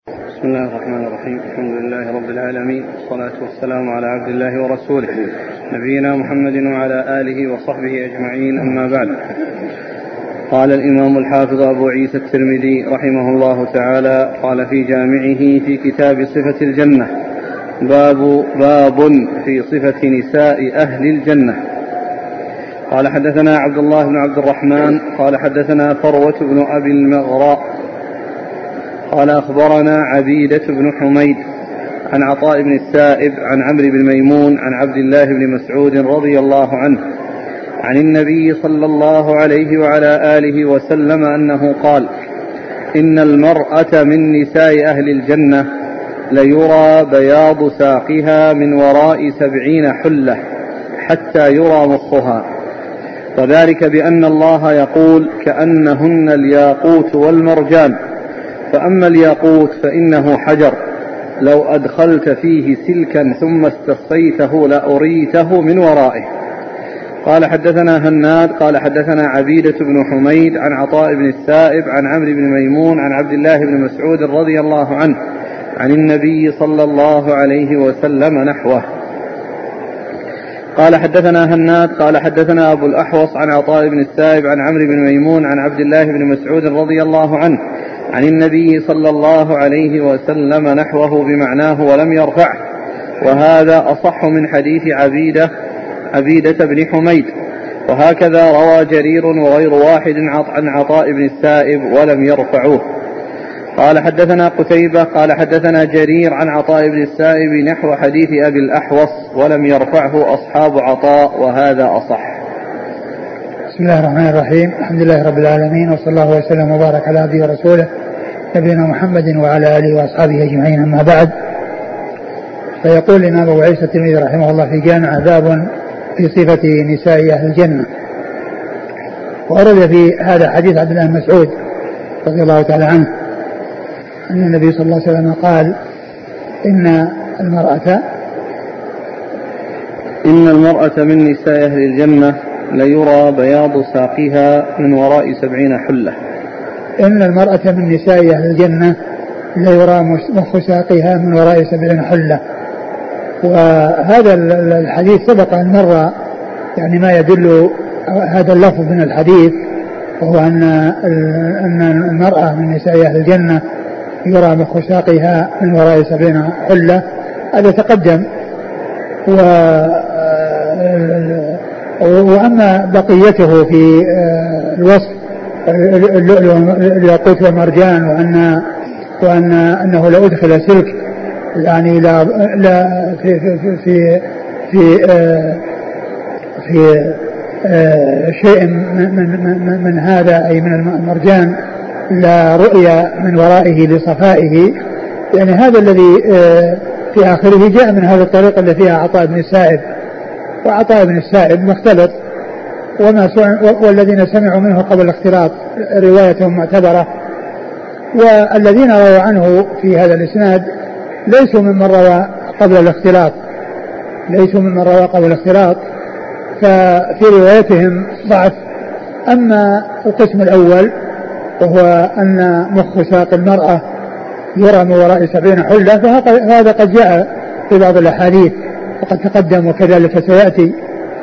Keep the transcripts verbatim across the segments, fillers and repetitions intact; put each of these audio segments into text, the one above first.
بسم الله الرحمن الرحيم. الحمد لله رب العالمين، والصلاة والسلام على عبد الله ورسوله نبينا محمد وعلى آله وصحبه أجمعين، أما بعد. قال الإمام الحافظ أبو عيسى الترمذي رحمه الله تعالى قال في جامعه في كتاب صفة الجنة: باب باب في صفة نساء أهل الجنة. قال حدثنا عبد الله بن عبد الرحمن قال حدثنا فروة بن أبي المغراء قال أخبرنا عبيدة بن حميد عن عطاء بن السائب عن عمرو بن ميمون عن عبد الله بن مسعود رضي الله عنه عن النبي صلى الله عليه وعلى آله وسلم أنه قال: إن المرأة من نساء أهل الجنة ليرى بياض ساقها من وراء سبعين حلة حتى يرى مخها، وذلك بأن الله يقول: كأنهن الياقوت والمرجان، فأما الياقوت فإنه حجر لو أدخلت فيه سلكا ثم استصيته لأريته من ورائه. قال حدثنا هناد قال حدثنا عبيدة بن حميد عن عطاء بن السائب عن عمرو بن ميمون عن عبد الله بن مسعود رضي الله عنه عن النبي صلى الله عليه وسلم نحوه. قال حدثنا هناد قال حدثنا أبو الأحوص عن عطاء بن السائب عن عمرو بن ميمون عن عبد الله بن مسعود رضي الله عنه عن النبي صلى الله عليه وسلم نحوه بمعناه ولم يرفعه، وهذا أصح من حديث عبيدة عبيدة بن حميد، وهكذا روى جرير وغير واحد عن عطاء بن السائب ولم يرفعوه. قال حدثنا قتيبة قال حدثنا جرير عن عطاء بن السائب نحو حديث أبي الأحوص ولم يرفعه أصحاب عطاء، وهذا أصح. بسم الله الرحمن الرحيم. الحمد لله رب العالمين، وصلى الله وسلم وبارك على عبده ورسوله نبينا محمد وعلى آله وأصحابه أجمعين، أما بعد. فيقول الإمام أبو عيسى الترمذي رحمه الله في جامع: باب في صفة نساء أهل الجنة. وأرد في هذا حديث عبد الله بن مسعود رضي الله تعالى عنه أن النبي صلى الله عليه وسلم قال: إن المرأة إن المرأة من نساء أهل الجنة ليرى بياض ساقها من وراء سبعين حلة. إن المرأة من نساء أهل الجنة ليرى مخ ساقها من وراء سبعين حلة. وهذا الحديث سبق أن مر يعني ما يدل هذا اللفظ من الحديث، وهو أن أن المرأة من نساء أهل الجنة يرى مخ ساقها من وراء سبعين حلة. هذا تقدم. و وأما بقيته في الوصف اللؤلؤ الياقوت والمرجان، وأن وأن أنه لو أدخل سلك يعني لا لا في في في في, في شيء من, من, من هذا أي من المرجان لا رؤية من ورائه لصفائه، يعني هذا الذي في آخره جاء من هذا الطريق اللي فيها عطاء بن السائب. وعطاء بن السائب مختلط، وما والذين سمعوا منه قبل الاختلاط روايتهم معتبرة، والذين رووا عنه في هذا الإسناد ليسوا ممن روى قبل الاختلاط ليسوا ممن روى قبل الاختلاط ففي روايتهم ضعف. أما القسم الأول وهو أن مخ ساق المرأة يرى من وراء سبعين حلة، فهذا قد جاء في بعض الأحاديث وقد تقدم وكذلك سيأتي.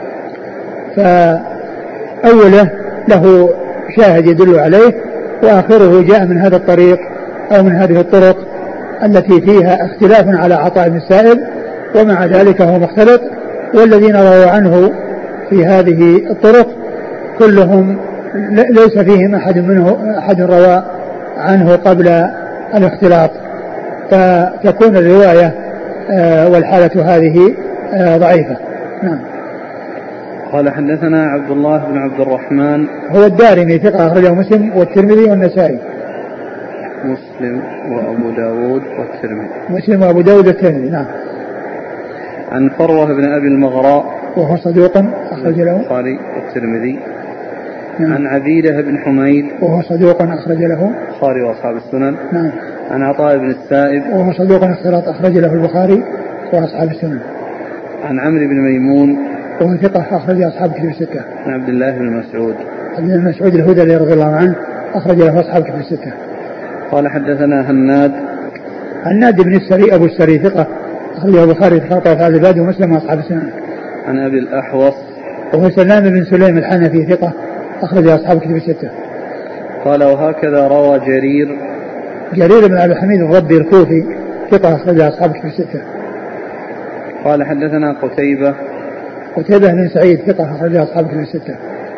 فأوله له شاهد يدل عليه، وآخره جاء من هذا الطريق أو من هذه الطرق التي فيها اختلاف على عطاء بن السائب، ومع ذلك هو مختلط. والذين رووا عنه في هذه الطرق كلهم ليس فيهم أحد منه أحد روى عنه قبل الاختلاط، فتكون الرواية والحالة هذه ضعيفة. نعم. قال حدثنا عبد الله بن عبد الرحمن هو الدارمي ثقة أخرجه مسلم والترمذي والنسائي. مسلم وأبو داود والترمذي. مسلم وأبو داود والترمذي. نعم. عن فروة بن أبي المغراء وهو صدوق أخرج له البخاري والترمذي. نعم. عن عبيدة بن حميد وهو صدوق أخرج له البخاري وأصحاب السنن. نعم. عن عطاء بن السائب وهو صدوق اختلاط أخرج له البخاري وأصحاب السنن. عن عمرو بن ميمون وهو ثقة أخرج أصحاب كتب الستة. عن عبد الله بن مسعود عبد الله بن مسعود الهذلي رضي الله عنه أخرج له أصحاب كتب الستة. قال حدثنا هناد النادي بن السري أبو السري ثقة أخرجه البخاري في خلق أفعال العباد ومسلم وأصحاب السنن. عن أبي الأحوص وهو سلام بن سليم الحنفي ثقة أخرجه أصحاب الكتب الستة. قال وهكذا روى جرير جرير بن عبد الحميد الربي الكوفي ثقة أخرجه أصحاب الكتب الستة. قال حدثنا قتيبة قتيبة بن سعيد ثقة أخرجه أصحاب الكتب الستة.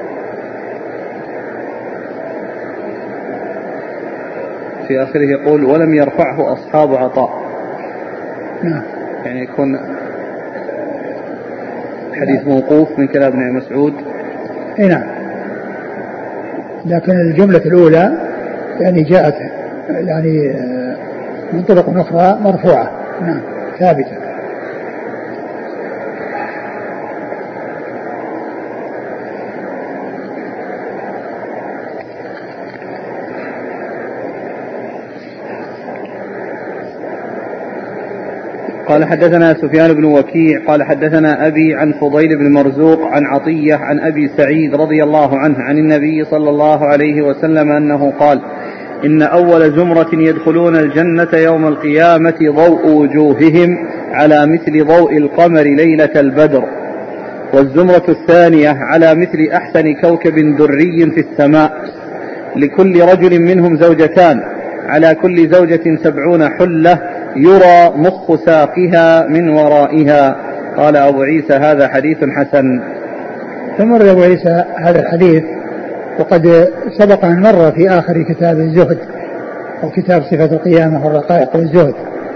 في آخره يقول ولم يرفعه أصحاب عطاء. نعم. يعني يكون حديث موقوف من كلام ابن مسعود. اي نعم. لكن الجملة الأولى يعني جاءت يعني من طرق أخرى مرفوعة. نعم ثابتة. قال حدثنا سفيان بن وكيع قال حدثنا أبي عن فضيل بن مرزوق عن عطية عن أبي سعيد رضي الله عنه عن النبي صلى الله عليه وسلم أنه قال إن أول زمرة يدخلون الجنة يوم القيامة ضوء وجوههم على مثل ضوء القمر ليلة البدر، والزمرة الثانية على مثل أحسن كوكب دري في السماء، لكل رجل منهم زوجتان، على كل زوجة سبعون حلة يرى مخ ساقها من ورائها. قال أبو عيسى هذا حديث حسن. ثم روى أبو عيسى هذا الحديث وقد سبق أن مر في آخر كتاب الزهد أو كتاب صفة القيامة والرقائق والزهد،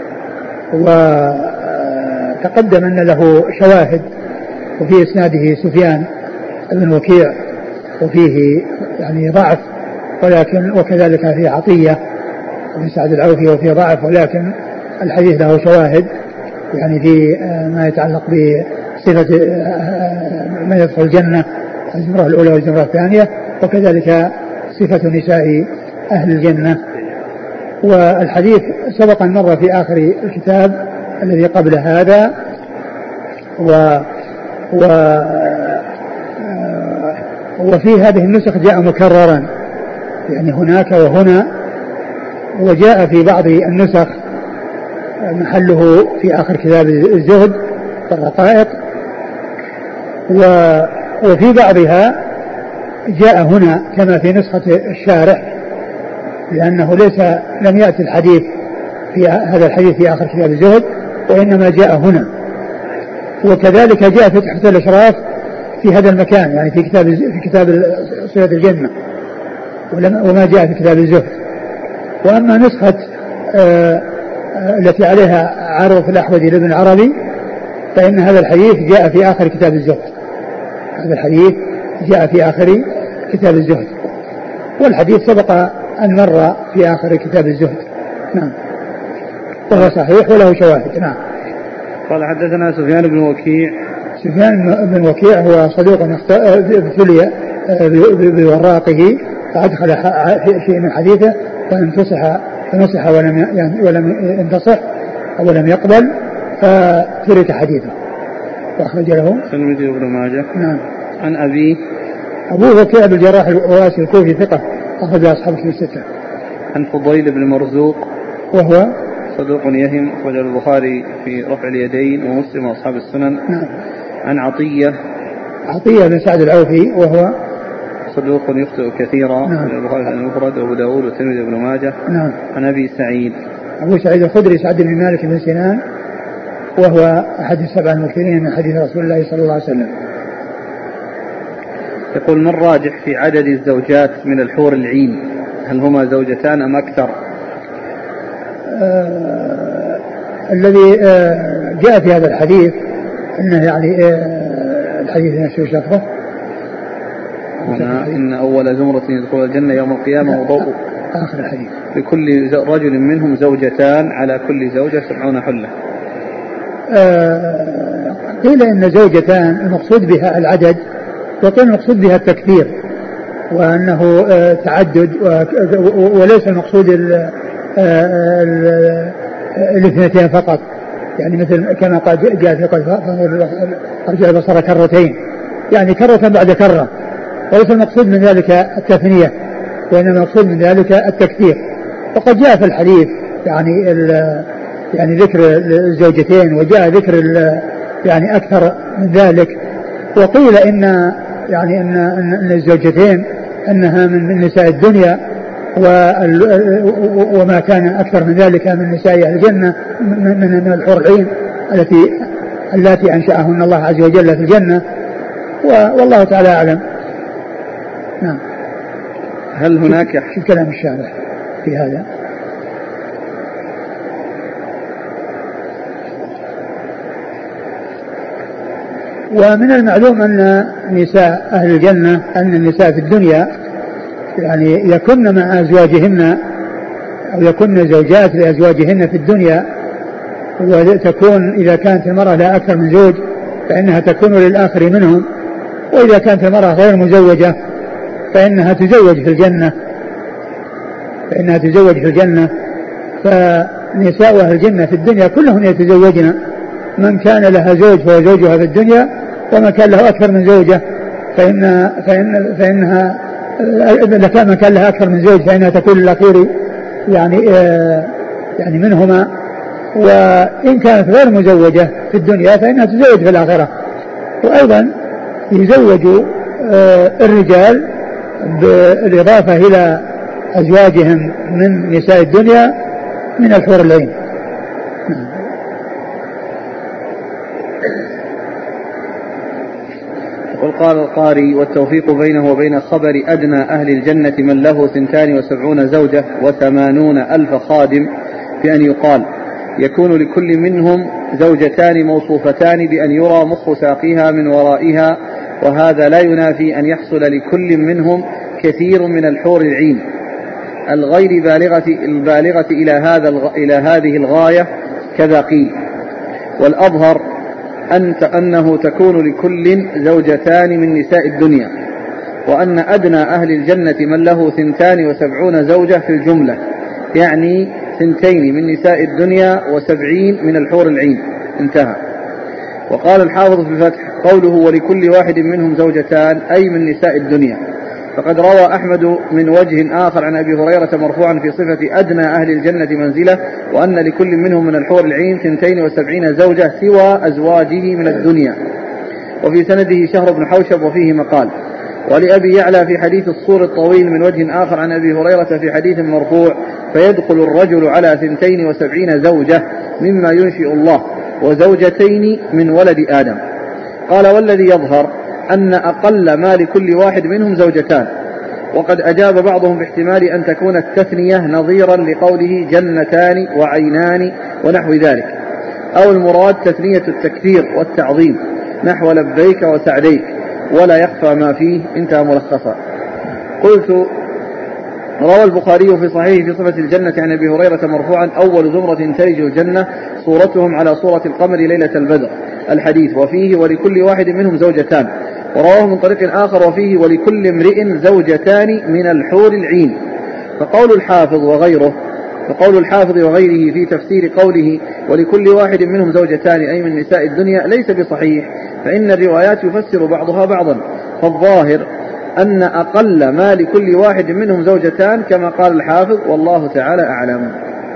وتقدم أن له شواهد وفي إسناده سفيان بن وكيع وفيه يعني ضعف، ولكن وكذلك في عطية بن سعد العوفي وفيه ضعف، ولكن الحديث له شواهد يعني في ما يتعلق بصفة من يدخل الجنة الزمرة الأولى والزمرة الثانية، وكذلك صفة نساء أهل الجنة. والحديث سبق أن مر في آخر الكتاب الذي قبل هذا، و و وفي هذه النسخ جاء مكررا يعني هناك وهنا، وجاء في بعض النسخ محله في آخر كتاب الزهد والرقائق، وفي بعضها جاء هنا كما في نسخة الشارح، لأنه ليس لم يأتي الحديث في هذا الحديث في آخر كتاب الزهد، وإنما جاء هنا. وكذلك جاء في تحفة الأشراف في هذا المكان يعني في كتاب في كتاب صفة الجنة، وما جاء في كتاب الزهد. وأما نسخة آه التي عليها عرض الأحوذي لابن عربي فإن هذا الحديث جاء في آخر كتاب الزهد. هذا الحديث جاء في آخر كتاب الزهد، والحديث سبق أن مر في آخر كتاب الزهد. نعم وهو صحيح وله شواهد. نعم. قال حدثنا سفيان بن وكيع. سفيان بن وكيع هو صدوق ابتلي بوراقه فأدخل شيء من حديثه فانتصح فنصح ولم ولم ينتصح أو لم يقبل فترك حديثه وأخرج له الترمذي وابن ماجه. نعم. عن أبي أبوه وكيع بن الجراح الواسي الكوفي ثقة أخرج أصحاب في الستة. عن فضيل بن مرزوق وهو صدوق يهم أخرج البخاري في رفع اليدين ومسلم وأصحاب السنن. نعم. عن عطية عطية بن سعد العوفي وهو صدوق يخطئ كثيرا. نعم. البخاري المفرد وأبو داود والترمذي وابن ماجه. نعم. عن أبي سعيد أبو سعيد الخدري سعد بن مالك بن سنان وهو أحد السبع المكثرين من حديث رسول الله صلى الله عليه وسلم. يقول من راجح في عدد الزوجات من الحور العين، هل هما زوجتان أم أكثر؟ آه الذي آه جاء في هذا الحديث أنه يعني آه الحديث نفسه شرحه هنا إن أول زمرة يدخل الجنة يوم القيامة وضوء آخر الحديث لكل رجل منهم زوجتان على كل زوجة سبعون حلة. آه قيل إن زوجتان المقصود بها العدد، وقيل المقصود بها التكثير، وأنه آه تعدد، وليس المقصود الاثنتين فقط، يعني مثل كما قد جاء في قول أرجع البصر كرتين، يعني كرة بعد كرة، وليس المقصود من ذلك التثنية، وإنما المقصود من ذلك التكثير. وقد جاء في الحديث يعني يعني ذكر الزوجتين وجاء ذكر يعني أكثر من ذلك. وقيل إن يعني إن, إن الزوجتين أنها من نساء الدنيا، وما كان أكثر من ذلك من نساء الجنة من الحور العين التي التي أنشأهن الله عز وجل في الجنة، والله تعالى أعلم. نعم. هل هناك في كلام الشارع في هذا؟ ومن المعلوم أن نساء أهل الجنة أن النساء في الدنيا يعني يكن مع أزواجهن أو يكن زوجات لأزواجهن في الدنيا، وتكون إذا كانت المرأة لا أكثر من زوج فإنها تكون للآخر منهم، وإذا كانت المرأة غير مزوجة فإنها تزوج في الجنة فإنها تزوج في الجنة فنساء أهل الجنة في الدنيا كلهن يتزوجن، من كان لها زوج فهو زوجها في الدنيا، ومن كان له أكثر من زوجة فإن فإن فإنها لكان من كان لها أكثر من زوج فإنها تكون للأخير يعني آه يعني منهما، وإن كانت غير مزوجة في الدنيا فإنها تزوج في الآخرة. وأيضا يزوج آه الرجال بالإضافة إلى أزواجهم من نساء الدنيا من الحور العين. وقال القاري: والتوفيق بينه وبين خبر أدنى أهل الجنة من له ثنتان وسبعون زوجة وثمانون ألف خادم بأن يقال يكون لكل منهم زوجتان موصوفتان بأن يرى مخ ساقيها من ورائها، وهذا لا ينافي أن يحصل لكل منهم كثير من الحور العين الغير بالغة, البالغة إلى, هذا إلى هذه الغاية كذا قيل. والأظهر أنت أنه تكون لكل زوجتان من نساء الدنيا، وأن أدنى أهل الجنة من له ثنتان وسبعون زوجة في الجملة، يعني ثنتين من نساء الدنيا وسبعين من الحور العين. انتهى. وقال الحافظ في الفتح: قوله ولكل واحد منهم زوجتان أي من نساء الدنيا، فقد روى أحمد من وجه آخر عن أبي هريرة مرفوعا في صفة أدنى أهل الجنة منزلة، وأن لكل منهم من الحور العين ثنتين وسبعين زوجة سوى أزواجه من الدنيا. وفي سنده شهر بن حوشب وفيه مقال. ولأبي يعلى في حديث الصور الطويل من وجه آخر عن أبي هريرة في حديث مرفوع: فيدخل الرجل على ثنتين وسبعين زوجة مما ينشئ الله وزوجتين من ولد آدم. قال: والذي يظهر أن أقل ما لكل واحد منهم زوجتان. وقد أجاب بعضهم باحتمال أن تكون التثنية نظيرا لقوله جنتان وعينان ونحو ذلك، أو المراد تثنية التكثير والتعظيم نحو لبيك وسعديك ولا يخفى ما فيه. انتهى ملخصا. قلت: روى البخاري في صحيحه في صفة الجنة عن أبي هريرة مرفوعا: أول زمرة تلج الجنة صورتهم على صورة القمر ليلة البدر، الحديث، وفيه ولكل واحد منهم زوجتان. ورواه من طريق آخر وفيه ولكل امرئ زوجتان من الحور العين. فقول الحافظ وغيره فقول الحافظ وغيره في تفسير قوله ولكل واحد منهم زوجتان أي من نساء الدنيا ليس بصحيح، فإن الروايات يفسر بعضها بعضا، فالظاهر أن أقل ما لكل واحد منهم زوجتان كما قال الحافظ، والله تعالى أعلم.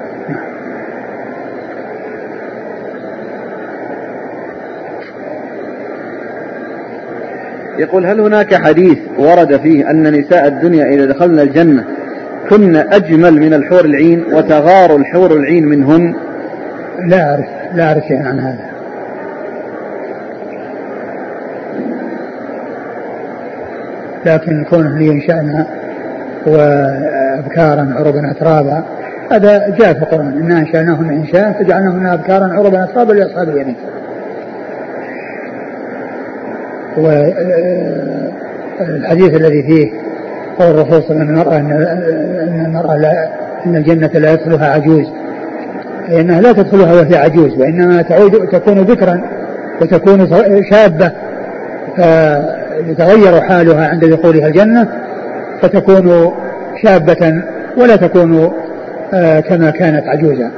يقول: هل هناك حديث ورد فيه أن نساء الدنيا إذا دخلنا الجنة كن أجمل من الحور العين وتغار الحور العين منهن؟ لا أعرف لا أعرف شيئا عن هذا، لكن كونه لي إنشأنا وأبكارا عربا أترابا هذا جاء في القرآن: إنا أنشأناهن إنشاء فجعلناهن أبكارا عربا أترابا لأصحاب اليمين. والحديث الذي فيه قول الرسول صلى الله عليه وسلم أن المرأة لا إن الجنة لا يدخلها عجوز، لأنها لا تدخلها وهي عجوز، وإنما تعود تكون ذكرا وتكون شابة، فيتغير حالها عند دخولها الجنة فتكون شابة ولا تكون كما كانت عجوزا.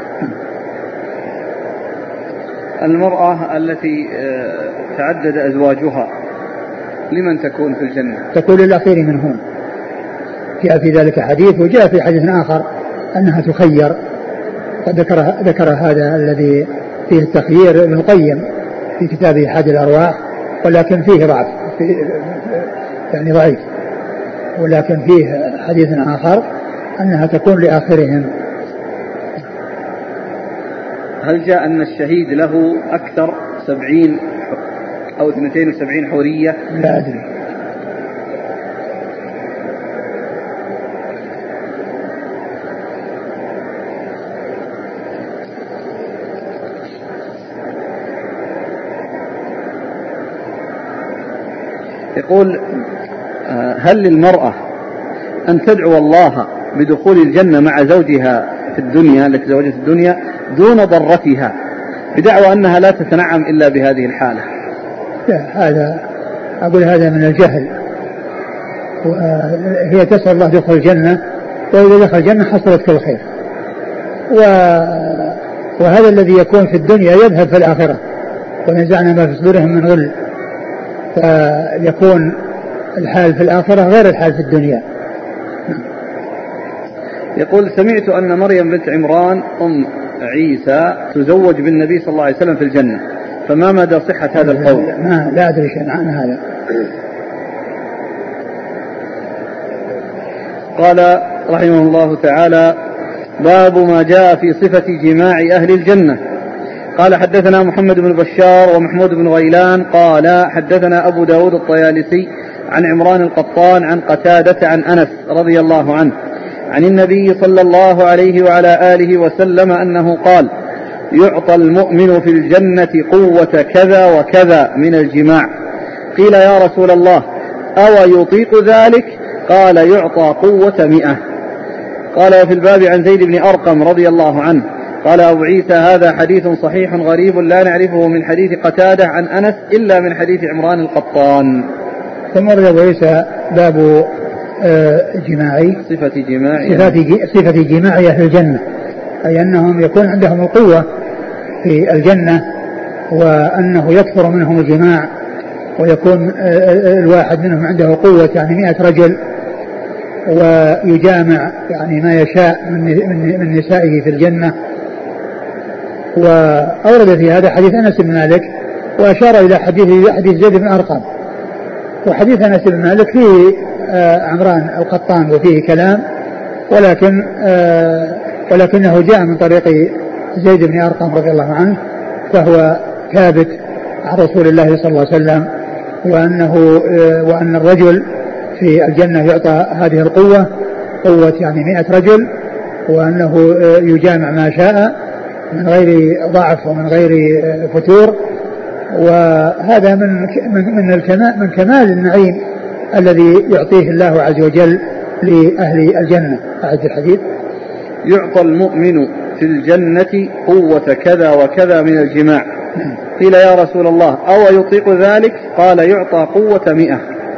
المرأة التي تعدد أزواجها لمن تكون في الجنة؟ تكون للأخير منهم. جاء في ذلك حديث، وجاء في حديث آخر أنها تخير قد ذكر, ذكر هذا الذي فيه التخيير ابن القيم في كتابه حاد الأرواح، ولكن فيه ضعف في يعني ضعيف، ولكن فيه حديث آخر أنها تكون لآخرهم. هل جاء أن الشهيد له أكثر سبعين أو اثنتين وسبعين حورية؟ لا أدري. يقول هل للمرأة أن تدعو الله بدخول الجنة مع زوجها في الدنيا التي زوجت الدنيا دون ضرتها بدعوى أنها لا تتنعم إلا بهذه الحالة؟ هذا أقول هذا من الجهل. هي تسأل الله دخول الجنة، وإذا دخل الجنة حصلت كل خير، وهذا الذي يكون في الدنيا يذهب في الآخرة، ونزعنا ما في صدورهم من غل، فيكون الحال في الآخرة غير الحال في الدنيا. يقول سمعت أن مريم بنت عمران أم عيسى تزوج بالنبي صلى الله عليه وسلم في الجنة، فما مدى صحة هذا القول؟ ما لا أدري شيء عن هذا. قال رحمه الله تعالى باب ما جاء في صفة جماع أهل الجنة. قال حدثنا محمد بن بشار ومحمود بن غيلان قال حدثنا أبو داود الطيالسي عن عمران القطان عن قتادة عن أنس رضي الله عنه عن النبي صلى الله عليه وعلى آله وسلم أنه قال يعطى المؤمن في الجنة قوة كذا وكذا من الجماع. قيل يا رسول الله أو يطيق ذلك؟ قال يعطى قوة مئة. قال وفي الباب عن زيد بن أرقم رضي الله عنه قال أبو عيسى هذا حديث صحيح غريب لا نعرفه من حديث قتادة عن أنس إلا من حديث عمران القطان. ثم رد أبو عيسى باب جماعي صفة جماع صفة جماع أهل الجنة، أي أنهم يكون عندهم القوة في الجنة، وأنه يكثر منهم الجماع، ويكون الواحد منهم عنده قوة يعني مئة رجل، ويجامع يعني ما يشاء من نسائه في الجنة. وأورد في هذا حديث أنس بن مالك، وأشار إلى حديث حديث زيد بن أرقم. وحديث أنس بن مالك فيه عمران القطان وفيه كلام، ولكن ولكنه جاء من طريق زيد بن أرقم رضي الله عنه، فهو ثابت عن رسول الله صلى الله عليه وسلم، وأنه وأن الرجل في الجنة يعطى هذه القوة، قوة يعني مئة رجل، وأنه يجامع ما شاء من غير ضعف ومن غير فتور. وهذا من من الكمال من كمال النعيم الذي يعطيه الله عز وجل لأهل الجنة. أعد الحديث. يعطى المؤمن في الجنة قوة كذا وكذا من الجماع. قيل يا رسول الله أو يطيق ذلك؟ قال يعطى قوة مئة.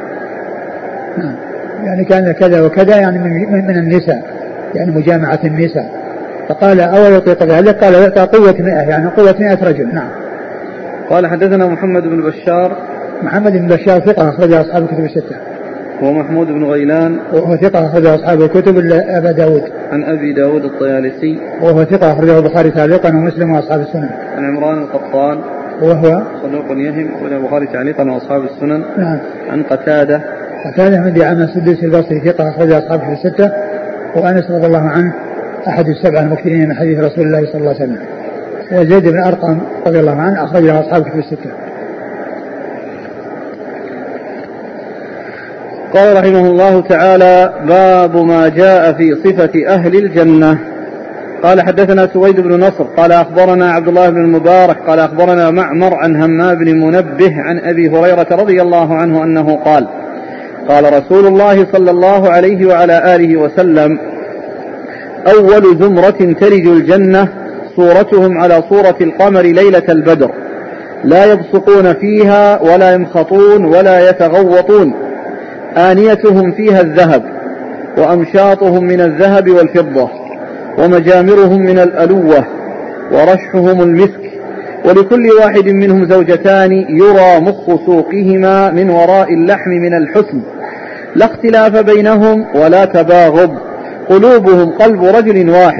يعني كان كذا وكذا يعني من, من النساء، يعني مجامعة النساء. فقال أو يطيق ذلك؟ قال يعطى قوة مئة، يعني قوة مئة رجل. نعم. قال حدثنا محمد بن بشار. محمد بن بشار ثقة أخرجه أصحاب الكتب الستة. ومحمود بن غيلان وهو ثقة أخرجه أصحاب الكتب إلا أبا داود. عن أبي داود الطيالسي وهو ثقة أخرجه البخاري تعليقا ومسلم وأصحاب السنن. عن عمران القطان وهو صدوق يهم وله البخاري تعليقا وأصحاب السنن. نعم. عن قتادة قتادة من دعامة السدوسي البصري ثقة أخرجه أصحاب الكتب الستة. وأنس رضي الله عنه أحد السبعة المكثرين من حديث رسول الله صلى الله عليه وسلم. وزيد بن أرقم رضي الله عنه أخرجه أصحاب الكتب الستة. قال رحمه الله تعالى باب ما جاء في صفة أهل الجنة. قال حدثنا سويد بن نصر قال أخبرنا عبد الله بن المبارك قال أخبرنا معمر عن همام بن منبه عن أبي هريرة رضي الله عنه أنه قال قال رسول الله صلى الله عليه وعلى آله وسلم أول زمرة تلج الجنة صورتهم على صورة القمر ليلة البدر لا يبصقون فيها ولا يمخطون ولا يتغوطون آنيتهم فيها الذهب وأمشاطهم من الذهب والفضة ومجامرهم من الألوة ورشحهم المسك ولكل واحد منهم زوجتان يرى مخ سوقهما من وراء اللحم من الحسن لا اختلاف بينهم ولا تباغض قلوبهم قلب رجل واحد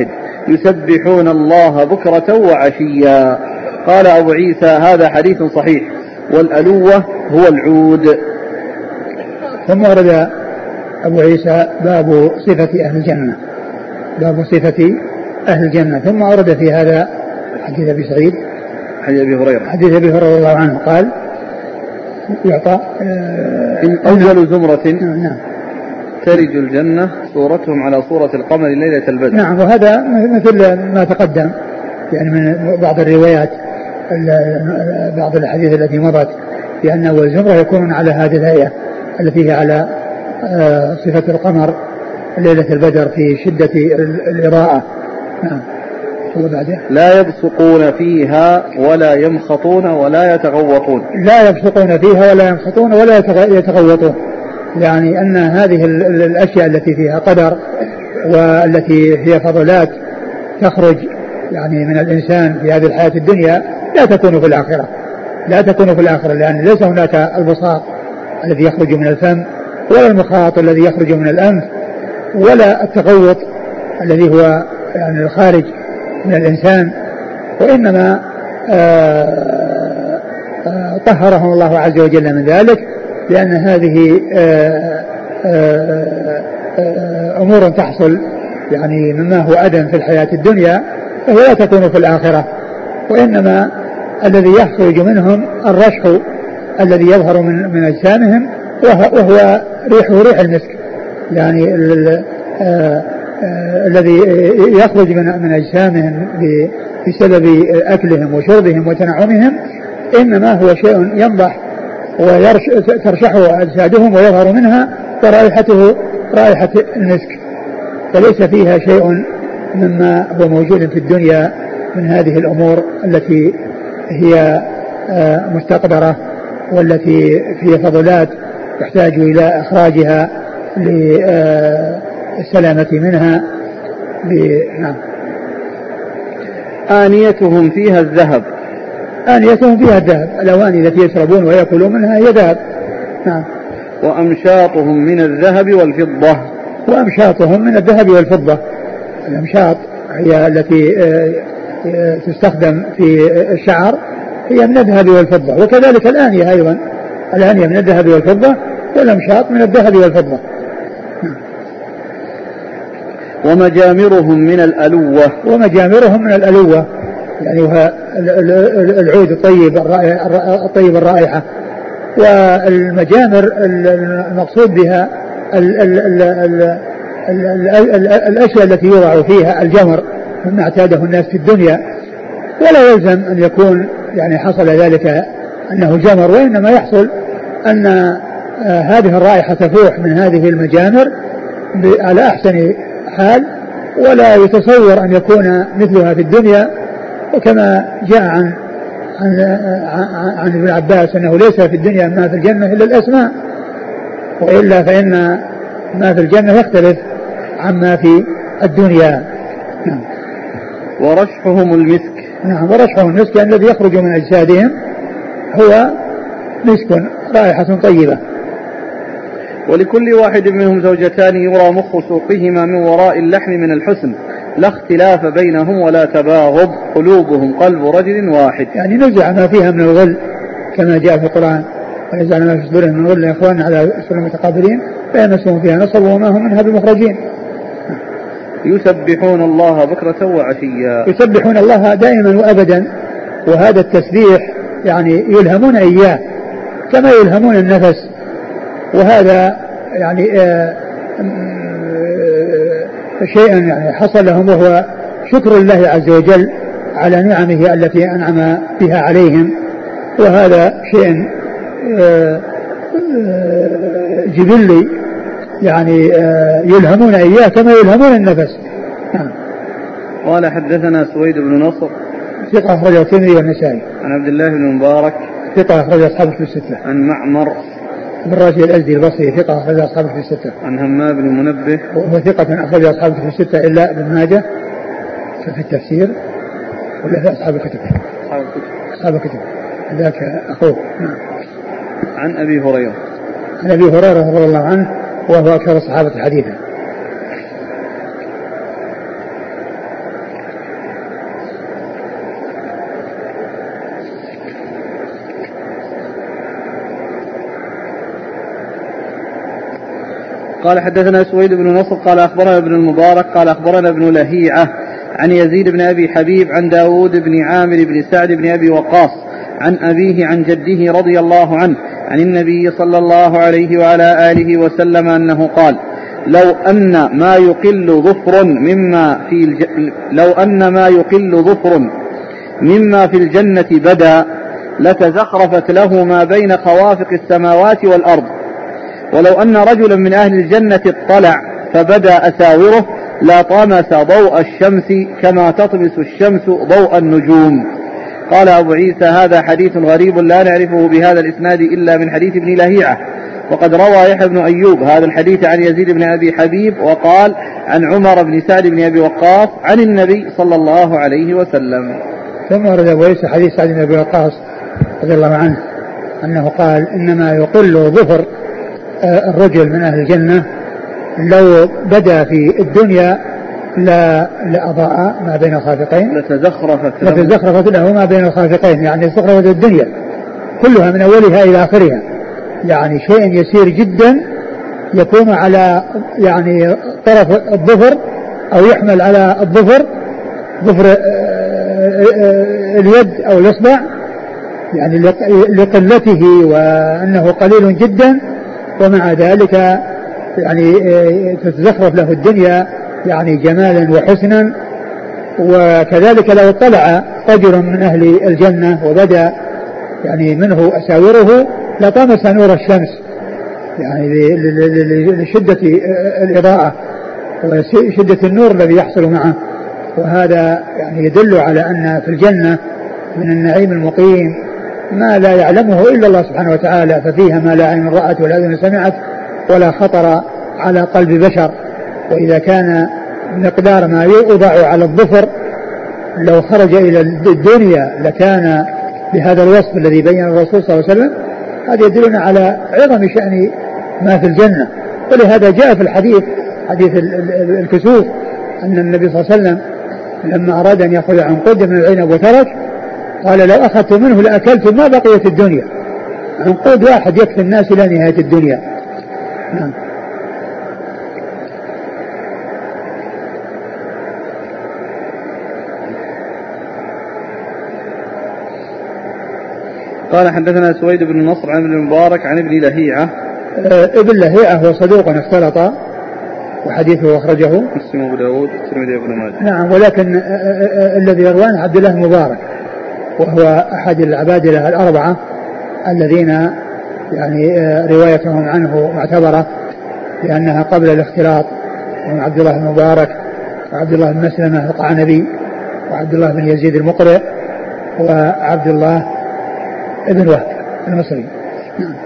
يسبحون الله بكرة وعشيا. قال أبو عيسى هذا حديث صحيح، والألوة هو العود. ثم ورد أبو عيسى باب صفة أهل الجنة، باب صفة أهل الجنة. ثم ورد في هذا حديث أبي سعيد، حديث أبي هريرة، حديث أبي هريرة رضي الله عنه قال يعطى إن أول زمرة نعم ترج الجنة صورتهم على صورة القمر ليلة البدر. نعم، وهذا مثل ما تقدم يعني من بعض الروايات، بعض الحديث التي مضت، لأن أول زمرة يكونون على هذه الهيئة التي هي على صفة القمر ليلة البدر في شدة الإضاءة. نعم. لا يبصقون فيها ولا يمخطون ولا يتغوطون. لا يبصقون فيها ولا يمخطون ولا يتغوطون، يعني أن هذه الأشياء التي فيها قدر والتي هي فضلات تخرج يعني من الإنسان في هذه الحياة الدنيا لا تكون في الآخرة، لا تكون في الآخرة، لأن ليس هناك البصاق الذي يخرج من الفم ولا المخاط الذي يخرج من الأنف ولا التغوط الذي هو يعني الخارج من الإنسان، وإنما آآ آآ طهرهم الله عز وجل من ذلك، لأن هذه آآ آآ أمور تحصل يعني مما هو أدم في الحياة الدنيا فهي لا تكون في الآخرة، وإنما الذي يخرج منهم الرشح الذي يظهر من من أجسامهم وهو ريحه ريح المسك، يعني الذي يخرج من من أجسامهم بسبب أكلهم وشربهم وتنعمهم إنما هو شيء ينضح وترشحه أجسادهم ويظهر منها ورائحته رائحة المسك، فليس فيها شيء مما هو موجود في الدنيا من هذه الأمور التي هي مستقدرة والتي فيها فضلات يحتاج إلى إخراجها للسلامة منها. نعم. آنيتهم فيها الذهب. آنيتهم فيها الذهب، الأواني التي يشربون ويأكلون منها هي ذهب. نعم. وأمشاطهم من الذهب والفضة. وأمشاطهم من الذهب والفضة. الأمشاط هي التي تستخدم في الشعر هي من الذهب والفضة، وكذلك الآنية أيضا، الآنية من الذهب والفضة والأمشاط من الذهب والفضة. ومجامرهم من الألوة. ومجامرهم من الألوة يعني هو العود الطيب الطيب الرائحة. والمجامر المقصود بها ال ال ال ال ال ال الأشياء التي يوضع فيها الجمر مما اعتاده الناس في الدنيا، ولا يلزم أن يكون يعني حصل ذلك أنه جمر، وإنما يحصل أن هذه الرائحة تفوح من هذه المجامر على أحسن حال، ولا يتصور أن يكون مثلها في الدنيا. وكما جاء عن عن, عن ابن عباس أنه ليس في الدنيا ما في الجنة إلا الأسماء، وإلا فإن ما في الجنة يختلف عما في الدنيا. نعم. ورشحهم المسك. نعم. ورشحهم المسك الذي يخرج من أجسادهم هو مسك رائحة طيبة. ولكل واحد منهم زوجتان يرى مخ سوقهما من وراء اللحم من الحسن، لا اختلاف بينهم ولا تباغض، قلوبهم قلب رجل واحد. يعني نزع ما فيها من الغل كما جاء في القرآن، ونزعنا ما في صدورهم من غل إخواننا على سر متقابلين فيمسهم فيها نصب وما هم منها بمخرجين. يسبحون الله بكرة وعشيا. يسبحون الله دائما وأبدا، وهذا التسبيح يعني يلهمون إياه كما يلهمون النفس، وهذا يعني آآ آآ شيئا يعني حصل لهم وهو شكر الله عز وجل على نعمه التي أنعم بها عليهم، وهذا شيء جبلي يعني يلهمون إياه كما يلهمون النفس. قال حدثنا سويد بن نصر ثقة أخرجه الترمذي والنسائي. عن عبد الله بن مبارك ثقة أخرجه أصحابه في الستة. عن معمر بن راشد الأزدي البصري ثقة أخرجه أصحابه في الستة. عن همام بن منبه وهو ثقة أخرجه أصحابه في الستة إلا ابن ماجه في التفسير ولا في أصحاب الكتب. أصحاب الكتب ذاك أخوه. نعم. عن أبي هريرة. عن أبي هريرة رضي الله عنه وهو أكثر الصحابة حديثا. قال حدثنا سويد بن نصر قال أخبرنا ابن المبارك قال أخبرنا ابن لهيعة عن يزيد بن أبي حبيب عن داود بن عامر بن سعد بن أبي وقاص عن أبيه عن جده رضي الله عنه عن النبي صلى الله عليه وعلى آله وسلم أنه قال لو أن ما يقل ظفر مما في الج... لو أن ما يقل ظفر مما في الجنة بدا لتزخرفت له ما بين خوافق السماوات والأرض، ولو أن رجلا من أهل الجنة اطلع فبدا أساوره لا طمس ضوء الشمس كما تطمس الشمس ضوء النجوم. قال أبو عيسى هذا حديث غريب لا نعرفه بهذا الإسناد إلا من حديث ابن لهيعة، وقد روى يحيى بن أيوب هذا الحديث عن يزيد بن أبي حبيب وقال عن عمر بن سعد بن أبي وقاص عن النبي صلى الله عليه وسلم. ثم ورد أبو عيسى حديث سعد بن أبي وقاص رضي الله عنه أنه قال إنما يقل ظفر الرجل من أهل الجنة لو بدا في الدنيا لا لأضاء ما بين الخافقين لتزخرفت لتزخرفت له ما بين الخافقين، يعني زخرفت الدنيا كلها من أولها إلى آخرها، يعني شيء يسير جدا يكون على يعني طرف الظفر أو يحمل على الظفر ظفر اليد أو الإصبع، يعني لقلته وأنه قليل جدا، ومع ذلك يعني تتزخرف له الدنيا يعني جمالا وحسنا. وكذلك لو طلع رجل من أهل الجنة وبدأ يعني منه أساوره لطمس نور الشمس، يعني لشدة الإضاءة وشدة النور الذي يحصل معه. وهذا يعني يدل على أن في الجنة من النعيم المقيم ما لا يعلمه إلا الله سبحانه وتعالى، ففيها ما لا عين رأت ولا أذن سمعت ولا خطر على قلب بشر. وإذا كان مقدار ما يوضع على الظفر لو خرج إلى الدنيا لكان بهذا الوصف الذي بين الرسول صلى الله عليه وسلم، هذا يدلنا على عظم شأن ما في الجنة. ولهذا جاء في الحديث حديث الكسوف أن النبي صلى الله عليه وسلم لما أراد أن يأخذ عنقود من العنب وترك قال لو أخذت منه لأكلت ما بقيت الدنيا، عنقود واحد يكفي الناس إلى نهاية الدنيا. نعم. قال حدثنا سويد بن نصر عن ابن المبارك عن ابن لهيعة. ابن لهيعة هو صدوق اختلط وحديثه أخرجه مسلم وأبو داود والترمذي وابن ماجه. نعم، ولكن الذي يروان عبد الله المبارك وهو أحد العبادلة الأربعة الذين يعني روايتهم عنه معتبرة لأنها قبل الاختلاط، وهم عبد الله المبارك وعبد الله بن مسلمة القعنبي وعبد الله بن يزيد المقرئ وعبد الله ابن وهب المصري. نعم.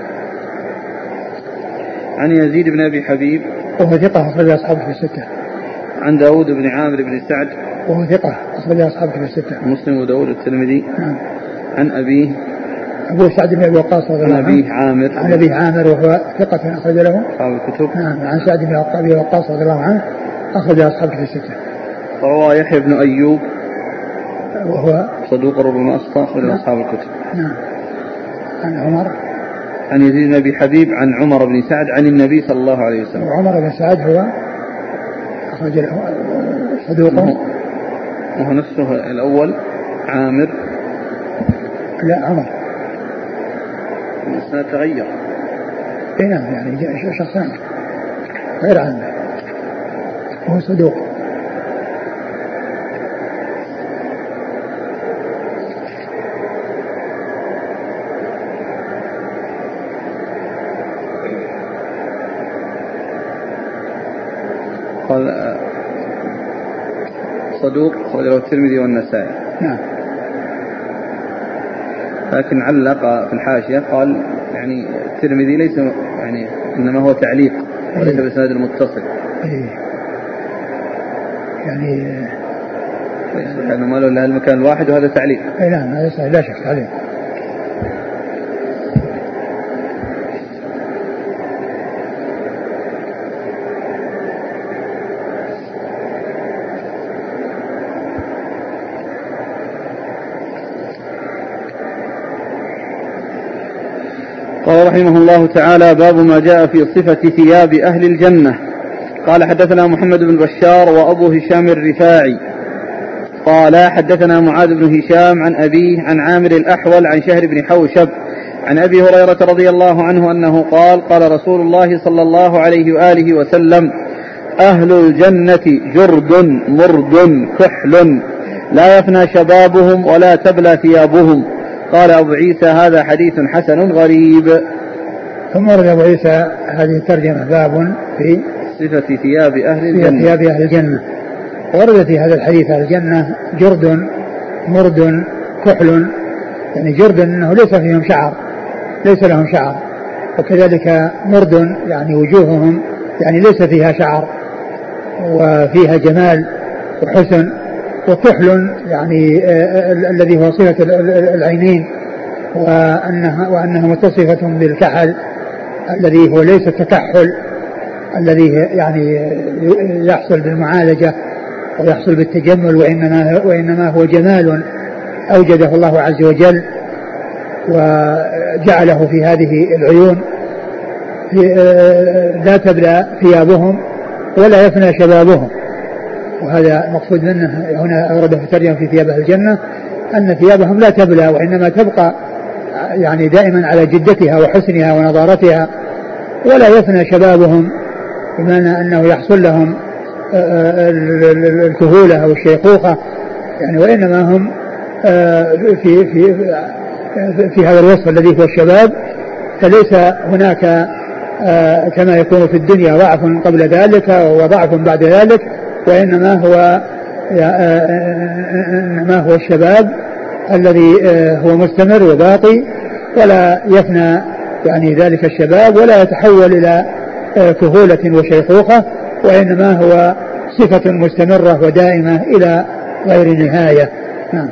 عن يزيد بن أبي حبيب وهو ثقة أخرج أصحابه في الستة. عن داود بن عامر بن سعد وهو ثقة أخرج أصحابه في الستة. مسلم وداود الترمذي. نعم. عن أبيه أبو سعد بن أبي وقاص رضي الله عنه. عن أبيه عامر عن أبيه عامر وهو ثقة أخرج له أصحاب الكتب. نعم. عن سعد بن أبي وقاص رضي الله عنه أخرج أصحابه في الستة. روى يحيى بن أيوب وهو صدوق ربما أخطأ أخرج نعم. أصحاب الكتب. نعم. عن عمر عن يزيد بن أبي حبيب عن عمر بن سعد عن النبي صلى الله عليه وسلم. وعمر بن سعد هو أخرج له صدوقه وهو نفسه الأول عامر. لا عمر الإسناد تغير. اي نعم، يعني شخصان غير عامر وهو صدوق. قال صدوق خرجه الترمذي والنسائي. نعم. لكن علق في الحاشية قال يعني الترمذي ليس يعني إنما هو تعليق وليس بإسناد المتصل. إيه. يعني يعني ما له إلا المكان الواحد وهذا تعليق. أي نعم، هذا صحيح لا شك عليه. قال رحمه الله تعالى: باب ما جاء في صفة ثياب أهل الجنة. قال: حدثنا محمد بن بشار وأبو هشام الرفاعي قال: حدثنا معاذ بن هشام عن أبيه عن عامر الأحول عن شهر بن حوشب عن أبي هريرة رضي الله عنه أنه قال: قال رسول الله صلى الله عليه وآله وسلم: أهل الجنة جرد مرد كحل لا يفنى شبابهم ولا تبلى ثيابهم. قال أبو عيسى: هذا حديث حسن غريب. ثم ورد أبو عيسى هذه الترجمة: باب في صفة ثياب أهل الجنة. ثياب أهل الجنة. ورد في هذا الحديث: أهل الجنة جرد مرد كحل، يعني جرد أنه ليس فيهم شعر، ليس لهم شعر، وكذلك مرد يعني وجوههم يعني ليس فيها شعر وفيها جمال وحسن، وكحل يعني الذي هو صفة العينين، وأنها, وأنها متصفة بالكحل الذي هو ليس التكحل الذي يعني يحصل بالمعالجة ويحصل بالتجمل، وإنما, وإنما هو جمال أوجده الله عز وجل وجعله في هذه العيون. في لا تبلى ثيابهم ولا يفنى شبابهم، وهذا مقصود منه هنا أورده في ترجمة في ثياب أهل الجنة أن ثيابهم لا تبلى وإنما تبقى يعني دائما على جدتها وحسنها ونضارتها، ولا يفنى شبابهم بمعنى أنه يحصل لهم الكهولة أو الشيخوخة يعني، وإنما هم في في في هذا الوصف الذي هو الشباب، فليس هناك كما يكون في الدنيا ضعف قبل ذلك وضعف بعد ذلك، وإنما هو إنما هو الشباب الذي هو مستمر وباقي، ولا يفنى يعني ذلك الشباب ولا يتحول إلى كهولة وشيخوخة، وإنما هو صفة مستمرة ودائمة إلى غير نهاية. نعم.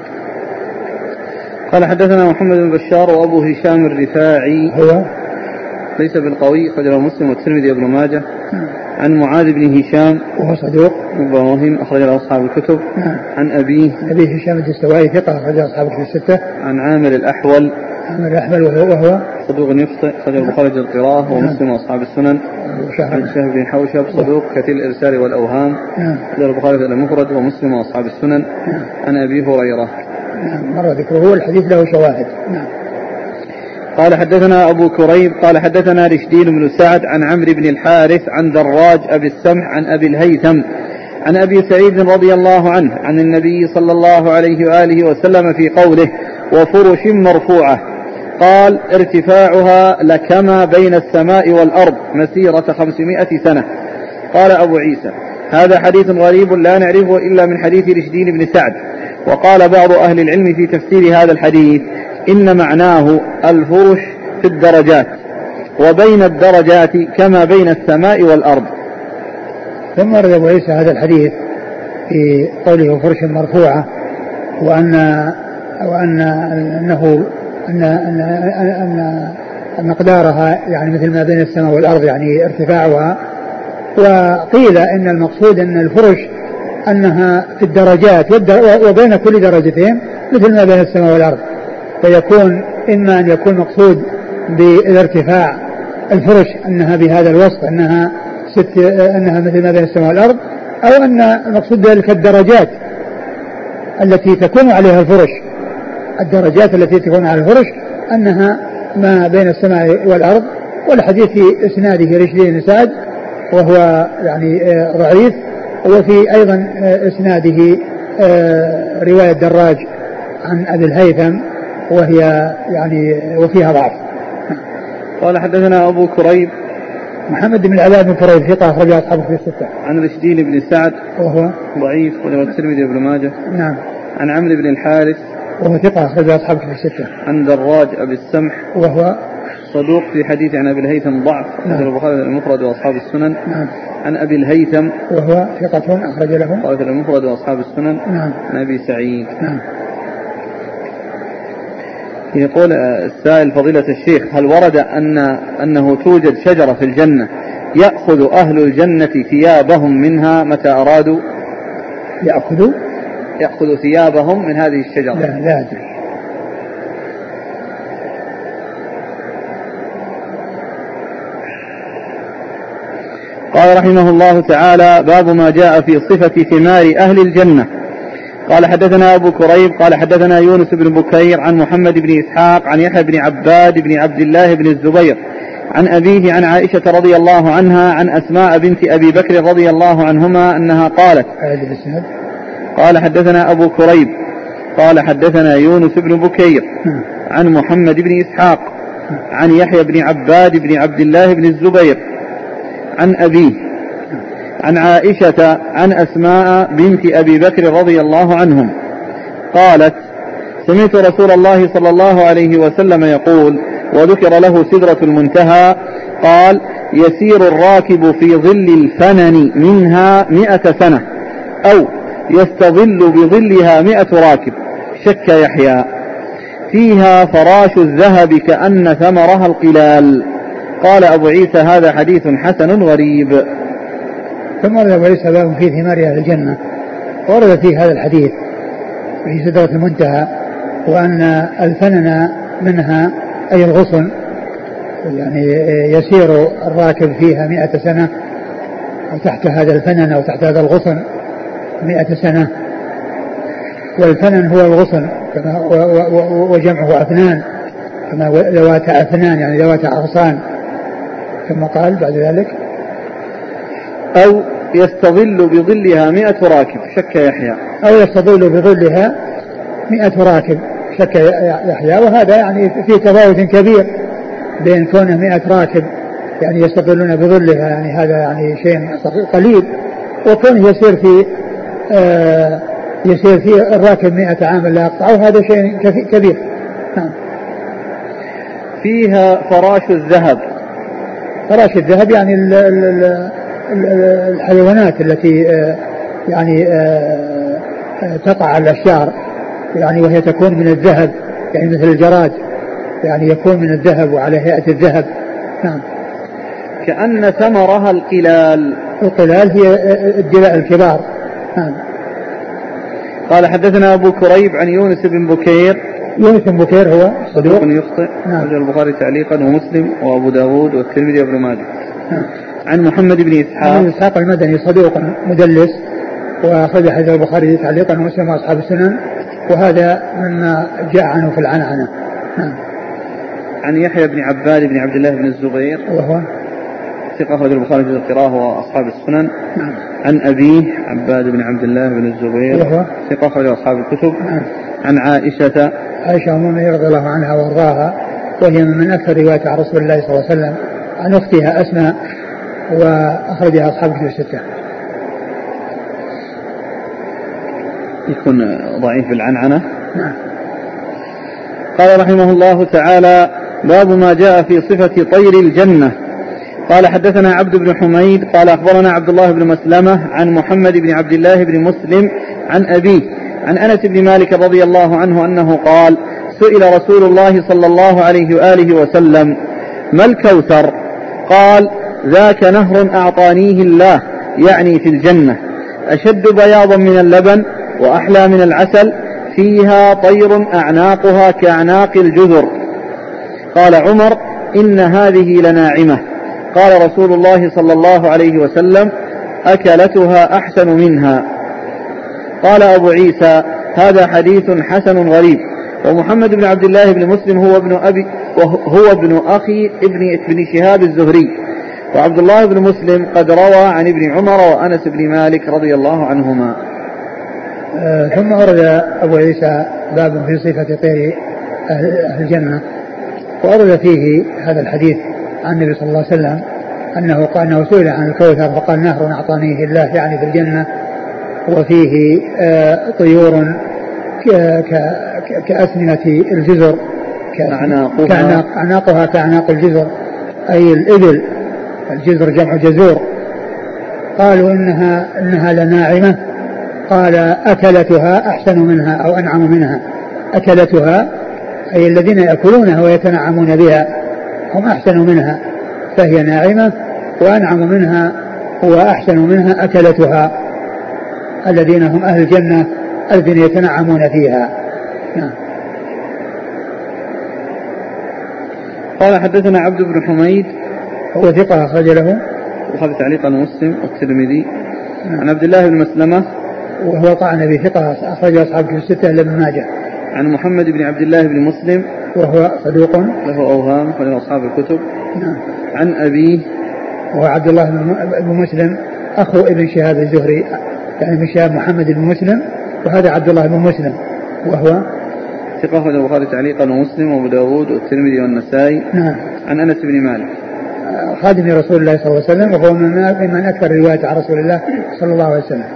قال: حدثنا محمد بن بشار وأبو هشام الرفاعي هو ليس بالقوي، أخرجه مسلم والترمذي وابن ماجه. نعم. عن معاذ بن هشام وهو صدوق وهم أخرج له أصحاب الكتب. نعم. عن أبيه أبي هشام الدستوائي ثقة أخرج له أصحاب الكتب الستة. عن عامر الأحول عامر الأحول وهو, وهو صدوق يخطئ، أخرجه البخاري القراءة ومسلم وأصحاب السنن. عن شهر بن حوشب صدوق كثير الإرسال والأوهام، أخرجه البخاري المفرد ومسلم وأصحاب السنن. نعم. عن أبي هريرة. نعم. مر ذكره، هو الحديث له شواهد. نعم. قال: حدثنا أبو كريب قال: حدثنا رشدين بن سعد عن عمرو بن الحارث عن دراج أبي السمح عن أبي الهيثم عن أبي سعيد رضي الله عنه عن النبي صلى الله عليه وآله وسلم في قوله: وفرش مرفوعة. قال: ارتفاعها لكما بين السماء والأرض مسيرة خمسمائة سنة. قال أبو عيسى: هذا حديث غريب لا نعرفه إلا من حديث رشدين بن سعد. وقال بعض أهل العلم في تفسير هذا الحديث: إن معناه الفرش في الدرجات، وبين الدرجات كما بين السماء والأرض. ثم ورد أبو عيسى هذا الحديث في قوله فرش مرفوعة، وأن وأن أنه أن أن أن مقدارها يعني مثل ما بين السماء والأرض يعني ارتفاعها. وقيل إن المقصود أن الفرش أنها في الدرجات، وبين كل درجتين مثل ما بين السماء والأرض، فيكون إما أن يكون مقصود بالارتفاع الفرش أنها بهذا الوصف أنها ست أنها مثل ما بين السماء والأرض، أو أن المقصود ذلك الدرجات التي تكون عليها الفرش، الدرجات التي تكون على الفرش أنها ما بين السماء والأرض. والحديث في إسناده رشدين بن سعد وهو يعني ضعيف، وفي أيضا إسناده رواية دراج عن أبي الهيثم وهي يعني وفيها ضعف. قال: حدثنا أبو كريب محمد بن العلاء بن كريب ثقة أخرجه أصحابه في الستة. عن رشدين بن سعد وهو ضعيف، وله الترمذي وابن ماجه. نعم. عن عمرو بن الحارث وهو ثقة أخرجه أصحابه في الستة. عن دراج أبي السمح وهو صدوق في حديث عن أبي الهيثم ضعف، أخرج البخاري المفرد وأصحاب السنن. نعم. عن أبي الهيثم وهو ثقة أخرج له البخاري المفرد وأصحاب السنن. نعم. عن أبي سعيد. نعم. يقول السائل: فضيلة الشيخ، هل ورد أن أنه توجد شجرة في الجنة يأخذ أهل الجنة ثيابهم منها متى أرادوا؟ يأخذوا يأخذ ثيابهم من هذه الشجرة؟ لا لا أدري. قال رحمه الله تعالى: باب ما جاء في صفة ثمار أهل الجنة. قال حدثنا أبو كريب قال حدثنا يونس بن بكير عن محمد بن إسحاق عن يحيى بن عباد بن عبد الله بن الزبير عن أبيه عن عائشة رضي الله عنها عن أسماء بنت أبي بكر رضي الله عنهما أنها قالت: قال حدثنا أبو كريب قال حدثنا يونس بن بكير عن محمد بن إسحاق عن يحيى بن عباد بن عبد الله بن الزبير عن أبيه عن عائشة عن أسماء بنت أبي بكر رضي الله عنهم قالت: سمعت رسول الله صلى الله عليه وسلم يقول، وذكر له سدرة المنتهى، قال: يسير الراكب في ظل الفنن منها مئة سنة أو يستظل بظلها مئة راكب، شك يحيى، فيها فراش الذهب كأن ثمرها القلال. قال أبو عيسى: هذا حديث حسن غريب. ثم ورد أبو عيسى باب في ثمار أهل الجنة، ورد فيه هذا الحديث في سدرة المنتهى، وأن الفنن منها أي الغصن، يعني يسير الراكب فيها مئة سنة، وتحت هذا الفنن أو تحت هذا الغصن مئة سنة. والفنن هو الغصن كما وجمعه أفنان، كما ذوات أفنان يعني ذوات أغصان. ثم قال بعد ذلك: أو يستظل بظلها مئة راكب، شك يحيى. أو يستظل بظلها مئة راكب، شك يحيى. وهذا يعني في تفاوت كبير بين كونه مئة راكب يعني يستظلون بظلها، يعني هذا يعني شيء قليل، وكونه يسير في آه يسير في الراكب مئة عام لا يقطعه، هذا شيء كبير. نعم. فيها فراش الذهب. فراش الذهب يعني ال ال الحيوانات التي يعني تقع على الأشجار، يعني وهي تكون من الذهب، يعني مثل الجراد، يعني يكون من الذهب وعلى هيئة الذهب. نعم. كأن ثمرها القلال. القلال هي الدلاء الكبار. نعم. قال حدثنا أبو كريب عن يونس بن بكير. يونس بن بكير هو صدوق يخطئ، أخرجه البخاري تعليقا ومسلم وأبو داود والترمذي وابن ماجه. نعم. عن محمد بن إسحاق. بن إسحاق المدني صدوق مدلس، وأخرج حديث البخاري تعليقا ومسلم وأصحاب السنن، وهذا مما جاء عنه في العنعنة. نعم. عن يحيى بن عباد بن عبد الله بن الزبير، وهو ثقة أخرج البخاري في القراءة وأصحاب السنن. نعم. عن أبيه عباد بن عبد الله بن الزبير، وهو ثقة أخرج أصحاب الكتب. نعم. عن عائشة عائشة أم المؤمنين رضي الله عنها وارضاها، وهي من أكثر رواية عن رسول الله صلى الله عليه وسلم، عن أختها أسماء، وأخرجها أصحاب الكتب الستة. يكون ضعيف العنعنة. نعم. قال رحمه الله تعالى: باب ما جاء في صفة طير الجنة. قال حدثنا عبد بن حميد قال أخبرنا عبد الله بن مسلمة عن محمد بن عبد الله بن مسلم عن أبيه عن أنس بن مالك رضي الله عنه أنه قال: سئل رسول الله صلى الله عليه وآله وسلم: ما الكوثر؟ قال: ذاك نهر أعطانيه الله، يعني في الجنة، أشد بياضا من اللبن وأحلى من العسل، فيها طير أعناقها كأعناق الجذر. قال عمر: إن هذه لناعمة. قال رسول الله صلى الله عليه وسلم: أكلتها أحسن منها. قال أبو عيسى: هذا حديث حسن غريب. ومحمد بن عبد الله بن مسلم هو ابن أبي وهو ابن أخي ابن ابن شهاب الزهري، وعبد الله بن مسلم قد روى عن ابن عمر وأنس بن مالك رضي الله عنهما. آه ثم ورد أبو عيسى باب في صفة طير أهل الجنة، وأورد فيه هذا الحديث عن النبي صلى الله عليه وسلم أنه قال أنه سئل عن الكوثر فقال: نهر أعطانيه الله، يعني في الجنة، وفيه آه طيور كأسنمة الجزر، كأعناقها كأعناق الجزر، أي الإبل، الجزر جمع جزور. قالوا إنها, إنها لناعمة. قال: أكلتها أحسن منها أو أنعم منها. أكلتها أي الذين يأكلونها ويتنعمون بها هم أحسن منها، فهي ناعمة، وأنعم منها وأحسن منها أكلتها الذين هم أهل الجنة الذين يتنعمون فيها. نعم. قال حدثنا عبد بن حميد، هو ثقة أخرج له البخاري تعليقا ومسلم والترمذي. عن عبد الله بن مسلمة وهو طعن بثقة أخرج أصحاب في الستة إلا ابن ماجه. عن محمد بن عبد الله بن مسلم وهو صدوق له أوهام أخرجه أصحاب الكتب. نعم. عن أبيه وهو عبد الله بن مسلم أخو ابن شهاب الزهري، يعني ابن شهاب محمد بن مسلم، وهذا عبد الله بن مسلم وهو ثقة أخرجه البخاري تعليقا ومسلم وأبو داود والترمذي والنسائي. نعم. عن أنس بن مالك خادم رسول الله صلى الله عليه وسلم، وهو من أكثر رواية عن رسول الله صلى الله عليه وسلم.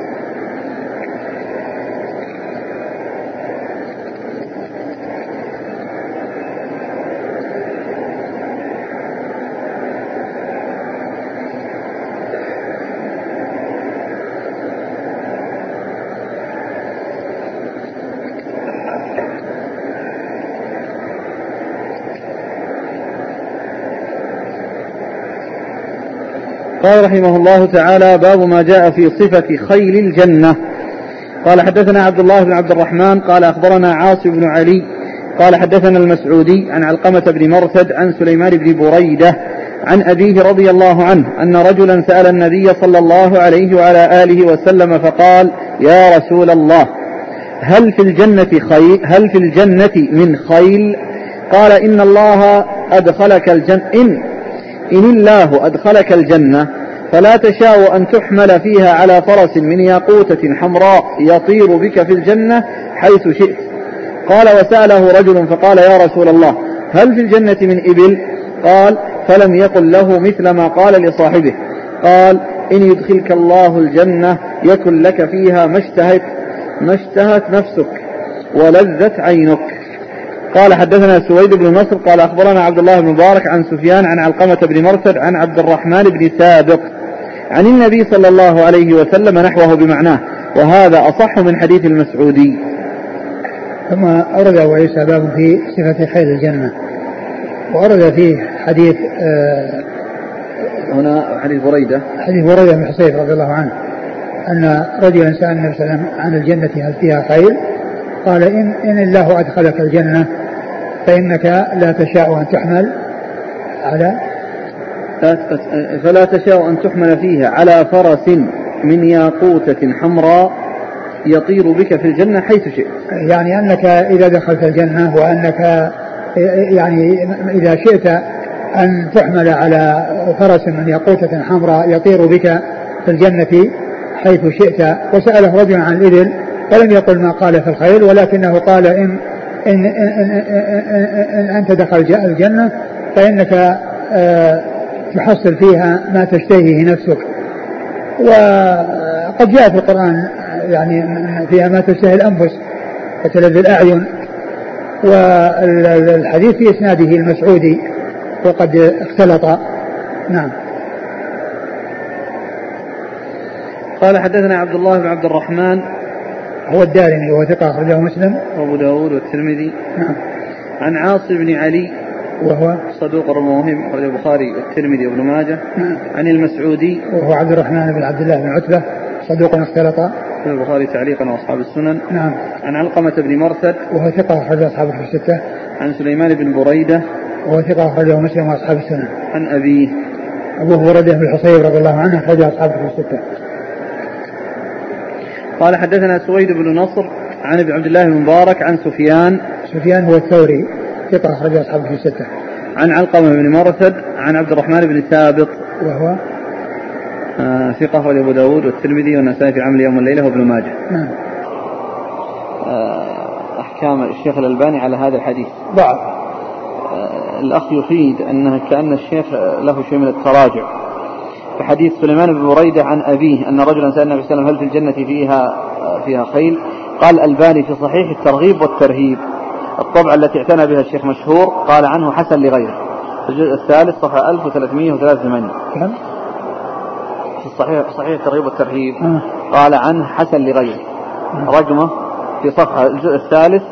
قال رحمه الله تعالى: باب ما جاء في صفة خيل الجنة. قال حدثنا عبد الله بن عبد الرحمن قال أخبرنا عاصم بن علي قال حدثنا المسعودي عن علقمة بن مرثد عن سليمان بن بريدة عن أبيه رضي الله عنه أن رجلا سأل النبي صلى الله عليه وعلى آله وسلم فقال: يا رسول الله، هل في الجنة خيل هل في الجنة من خيل؟ قال: إن الله أدخلك الجنة إن إن الله أدخلك الجنة فلا تشاء أن تحمل فيها على فرس من ياقوتة حمراء يطير بك في الجنة حيث شئت. قال: وسأله رجل فقال: يا رسول الله، هل في الجنة من إبل؟ قال: فلم يقل له مثل ما قال لصاحبه. قال: إن يدخلك الله الجنة يكن لك فيها ما اشتهت ما اشتهت نفسك ولذت عينك. قال حدثنا سويد بن نصر قال أخبرنا عبد الله بن مبارك عن سفيان عن علقمة بن مرثد عن عبد الرحمن بن سابق عن النبي صلى الله عليه وسلم نحوه بمعناه، وهذا أصح من حديث المسعودي. ثم أورد وعيسى باب في صفة خيل الجنة، وأورد فيه حديث آه هنا حديث بريدة حديث بريدة بن حصيب رضي الله عنه أن رجلا سأل النبي صلى الله عليه وسلم عن الجنة هل فيها خيل؟ قال: إن, إن الله أدخلك الجنة فإنك لا تشاء أن تحمل على فلا تشاء أن تحمل فيها على فرس من ياقوتة حمراء يطير بك في الجنة حيث شئت. يعني أنك إذا دخلت الجنة وأنك يعني إذا شئت أن تحمل على فرس من ياقوتة حمراء يطير بك في الجنة حيث شئت. وسأله رجل عن الإبل فلم يقل ما قال في الخيل، ولكنه قال: إن, إن, إن, إن, إن, إن أنت دخل الجنة فإنك آه تحصل فيها ما تشتهيه نفسك. وقد جاء في القرآن يعني فيها ما تشتهي الأنفس وتلذ الأعين. والحديث في إسناده المسعودي وقد اختلط. نعم. قال حدثنا عبد الله بن عبد الرحمن هو الدارمي وهو ثقة أخرجه مسلم وأبو داود والترمذي. نعم. عن عاصم بن علي وهو صدوق موهم أخرجه البخاري والترمذي وابن ماجه. نعم. عن المسعودي وهو عبد الرحمن بن عبد الله بن عتبة صدوق اختلط البخاري تعليقا وأصحاب السنن. نعم. عن علقمة بن مرثد وهو ثقة أخرجه أصحابه في الستة. عن سليمان بن بريدة وهو ثقة أخرجه مسلم وأصحاب السنن. عن أبيه أبوه بريدة بن الحصيب رضي الله عنه أخرجه أصحابه في الستة. قال حدثنا سويد بن نصر عن ابن عبد الله بن مبارك عن سفيان سفيان هو الثوري ثقة أخرجه أصحابه في الستة. عن علقمة بن مرثد عن عبد الرحمن بن ثابت وهو آه ثقة أخرجه أبو داود والترمذي والنسائي في عمل يوم الليلة وابن ماجه. نعم. آه أحكام الشيخ الألباني على هذا الحديث ضعف. آه الأخ يفيد أنه كأن الشيخ له شيء من التراجع. فحديث سليمان بن بريدة عن أبيه أن رجلا سأل النبي صلى الله عليه وسلم: هل في الجنة فيها فيها خيل؟ قال الألباني في صحيح الترغيب والترهيب الطبعة التي اعتنى بها الشيخ مشهور قال عنه حسن لغيره في الجزء الثالث صفحة ألف وثلاثمائة وثلاثة وثمانين. كم؟ في الصحيح صحيح الترغيب والترهيب آه. قال عنه حسن لغيره آه. رقمه في صفحة الجزء الثالث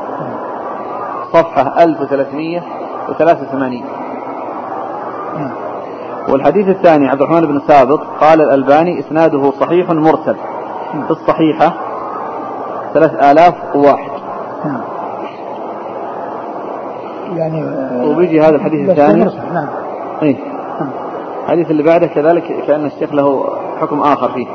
صفحة ألف وثلاثمائة وثلاثة وثمانين. آه. والحديث الثاني عبد الرحمن بن ثابت قال الألباني إسناده صحيح مرسل في الصحيحة ثلاث آلاف وواحد. يعني وبيجي هذا الحديث الثاني نعم. إيه؟ الحديث اللي بعده كذلك كأن الشيخ له حكم آخر فيه.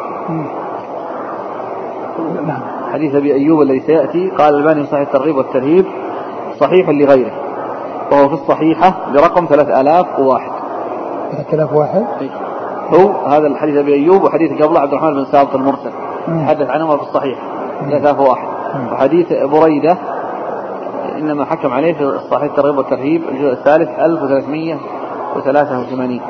نعم. حديث أبي أيوب الذي سيأتي قال الألباني في صحيح الترغيب والترهيب صحيح لغيره، وهو في الصحيحة برقم ثلاثة آلاف وواحد. ثلاثة آلاف وواحد هو هذا الحديث أبي أيوب، وحديث قبله عبد الرحمن بن ثابت المرسل حدث عنه في الصحيح ثلاثة آلاف وواحد. وحديث بريدة إنما حكم عليه في الصحيح الترغيب والترهيب الجزء الثالث ألف وثلاثمائة وثلاثة وثمانين.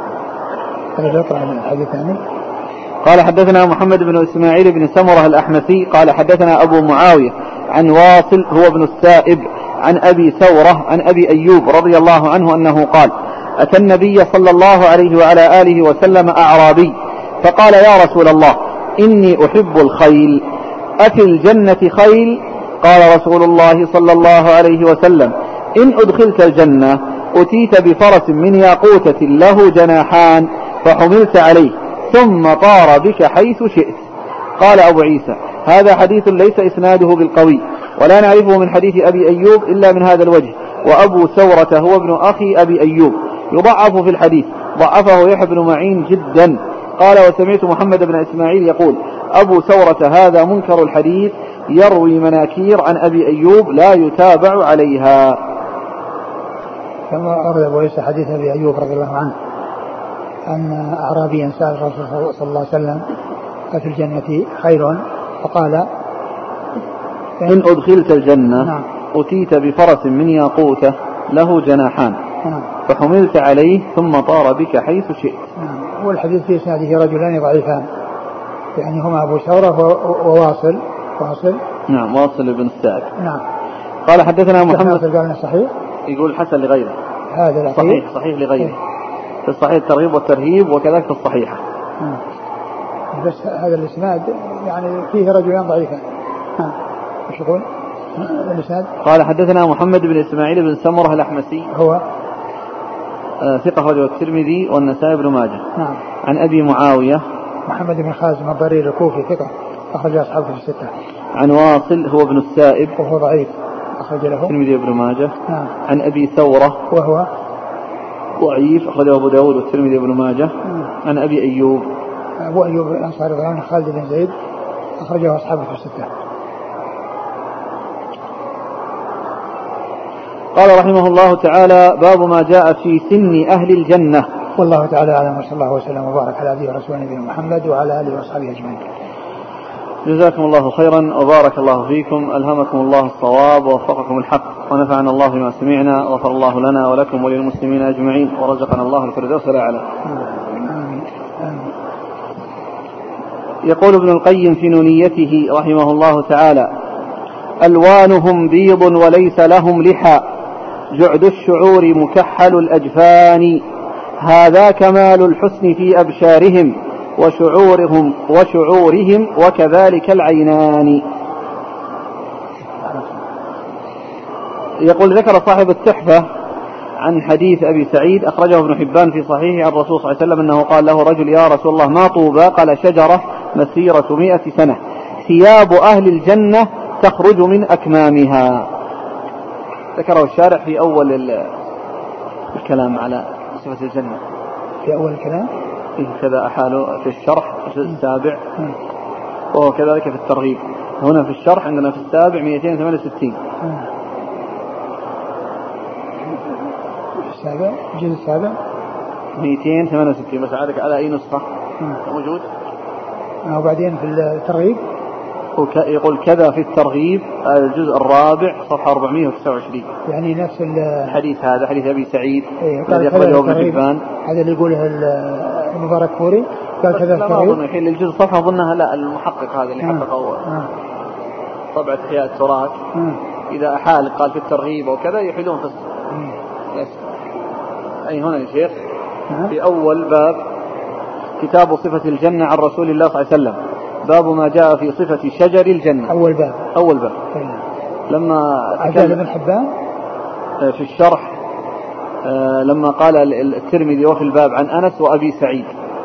قال حدثنا محمد بن إسماعيل بن سمرة الأحمسي قال حدثنا أبو معاوية عن واصل هو ابن السائب عن أبي ثورة عن أبي أيوب رضي الله عنه أنه قال أتى النبي صلى الله عليه وعلى آله وسلم أعرابي فقال يا رسول الله إني أحب الخيل أفي الجنة خيل؟ قال رسول الله صلى الله عليه وسلم إن أدخلت الجنة أتيت بفرس من ياقوتة له جناحان فحملت عليه ثم طار بك حيث شئت. قال أبو عيسى هذا حديث ليس إسناده بالقوي، ولا نعرفه من حديث أبي أيوب إلا من هذا الوجه، وأبو ثورة هو ابن أخي أبي أيوب يضعف في الحديث، ضعفه يحيى بن معين جدا. قال وسمعت محمد بن إسماعيل يقول أبو ثورة هذا منكر الحديث يروي مناكير عن أبي أيوب لا يتابع عليها. كما أورد أبو عيسى حديث أبي أيوب رضي الله عنه أن أعرابيا سأل الرسول صلى الله عليه وسلم أفي الجنة خير؟ فقال إن أدخلت الجنة نعم. أتيت بفرس من ياقوتة له جناحان نعم. فحملت عليه ثم طار بك حيث شئت. نعم. والحديث في إسناده رجلان ضعيفان، يعني هما أبو ثورة وواصل واصل نعم واصل بن السائب. نعم. قال حدثنا محمد قال صحيح، يقول حسن لغيره، هذا صحيح صحيح لغيره في الصحيح الترغيب والترهيب وكذلك في الصحيحة. نعم. بس هذا الإسناد يعني فيه رجلان ضعيفان. ها ايش يقول الإسناد؟ قال حدثنا محمد بن إسماعيل بن سمرة الأحمسي هو آه ثقة أخرجه الترمذي والنسائي بن ماجه. نعم. عن أبي معاوية محمد بن خازم الضرير الكوفي ثقة أخرج أصحابه في الستة. عن واصل هو ابن السائب وهو ضعيف أخرج له الترمذي بن ماجه. نعم. عن أبي ثورة وهو ضعيف أخرجه أبو داود والترمذي بن ماجه. نعم. عن أبي أيوب أبو أيوب الأنصاري غير خالد بن زيد أخرجه أصحابه في الستة. قال رحمه الله تعالى باب ما جاء في سن أهل الجنة. والله تعالى أعلم وصلى الله وسلم وبارك على عبده ورسوله نبينا محمد وعلى آله وأصحابه أجمعين. جزاكم الله خيرا وبارك الله فيكم، ألهمكم الله الصواب ووفقكم الحق، ونفعنا الله بما سمعنا، وغفر الله لنا ولكم وللمسلمين أجمعين، ورزقنا الله الفردوس الأعلى. يقول ابن القيم في نونيته رحمه الله تعالى ألوانهم بيض وليس لهم لحى، جعد الشعور مكحل الأجفان، هذا كمال الحسن في أبشارهم وشعورهم وشعورهم وكذلك العينان. يقول ذكر صاحب التحفة عن حديث أبي سعيد أخرجه ابن حبان في صحيح عن الرسول صلى الله عليه وسلم أنه قال له رجل يا رسول الله ما طوبى؟ قال شجرة مسيرة مئة سنة ثياب أهل الجنة تخرج من أكمامها. ذكره الشارح في أول الكلام على صفة الجنة، في أول الكلام كذا أحاله في الشرح في السابع، وهو كذلك في الترغيب. هنا في الشرح عندنا في السابع مئتين وثمانية وستين. في السابع الجزء السابع مئتين وثمانية وستين، بس عادك على أي نسخة موجود؟ وبعدين في الترغيب يقول كذا في الترغيب الجزء الرابع صفحة أربعمئة وتسعة وعشرين، يعني نفس الحديث هذا حديث أبي سعيد الذي أخرجه ابن حبان، هذا اللي يقوله المبارك فوري قال كذا في الترغيب. أظن الحين الجزء صفحة أظنها لا المحقق هذا اللي حققه طبعة إحياء التراث إذا أحال قال في الترغيب وكذا يحيلون في أي هنا يا شيخ في أول باب كتاب صفة الجنة عن رسول الله صلى الله عليه وسلم، باب ما جاء في صفة شجر الجنة. أول باب أول باب لما أجل ابن حبان في الشرح لما قال الترمذي وفي الباب عن أنس وأبي سعيد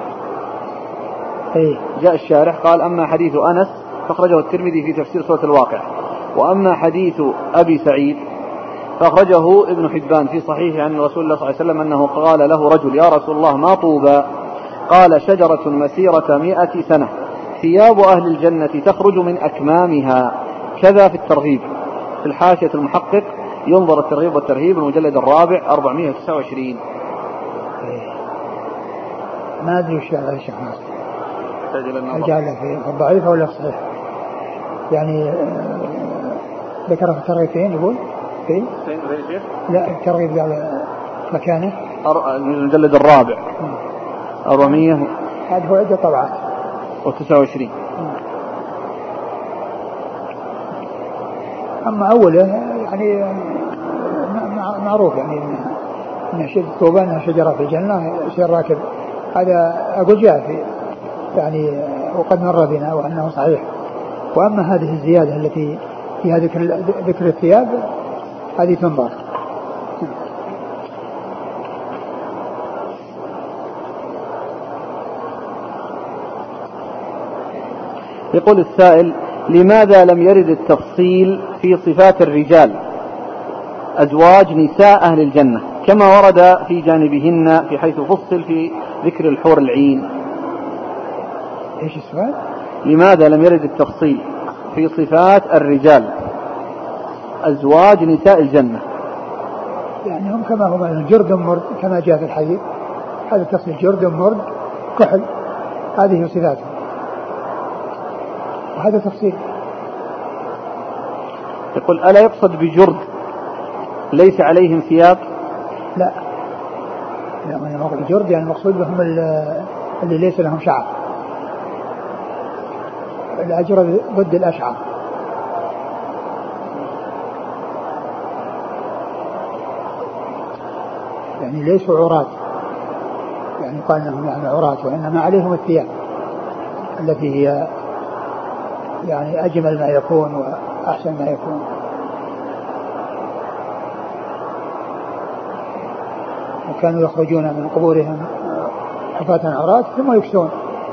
أيه. جاء الشارح قال أما حديث أنس فأخرجه الترمذي في تفسير سورة الواقع، وأما حديث أبي سعيد فأخرجه ابن حبان في صحيحه عن رسول الله صلى الله عليه وسلم أنه قال له رجل: يا رسول الله ما طوبى؟ قال: شجرة مسيرة مئة سنة، ثياب أهل الجنة تخرج من أكمامها. كذا في الترغيب، في الحاشية المحقق ينظر الترغيب والترهيب المجلد الرابع أربعمائة وتسعة وعشرين. ما أدري وش هذا الشيخ ناصر، رجع في الضعيف ولا الصحيح؟ يعني ذكر في الترغيبين يقول في لا الترغيب على مكانه المجلد الرابع أربعمائة هذا هو عدة طبعات وتسعة وعشرين. أما أوله يعني معروف يعني أن ثوبانها شجرة في الجنة يصير راكب، هذا أقول جاء في يعني وقد مر بنا وأنه صحيح. وأما هذه الزيادة التي فيها ذكر, ذكر الثياب هذه تنظر. يقول السائل: لماذا لم يرد التفصيل في صفات الرجال أزواج نساء أهل الجنة كما ورد في جانبهن في حيث فصل في ذكر الحور العين؟ إيش السؤال؟ لماذا لم يرد التفصيل في صفات الرجال أزواج نساء الجنة؟ يعني هم كما هم جرد مرد كما جاء في الحديث، هذا التصنيف جرد مرد كحل، هذه صفاتهم وهذا تفصيل. يقول: ألا يقصد بجرد ليس عليهم ثياب؟ لا لا، من الجرد يعني المقصود بهم اللي ليس لهم شعر، الأجرد ضد الأشعر. يعني ليسوا عراة، يعني قال انهم يعني عراة، وإنما عليهم الثياب التي هي يعني أجمل ما يكون وأحسن ما يكون. وكانوا يخرجون من قبورهم حفاة عراة ثم يكسون.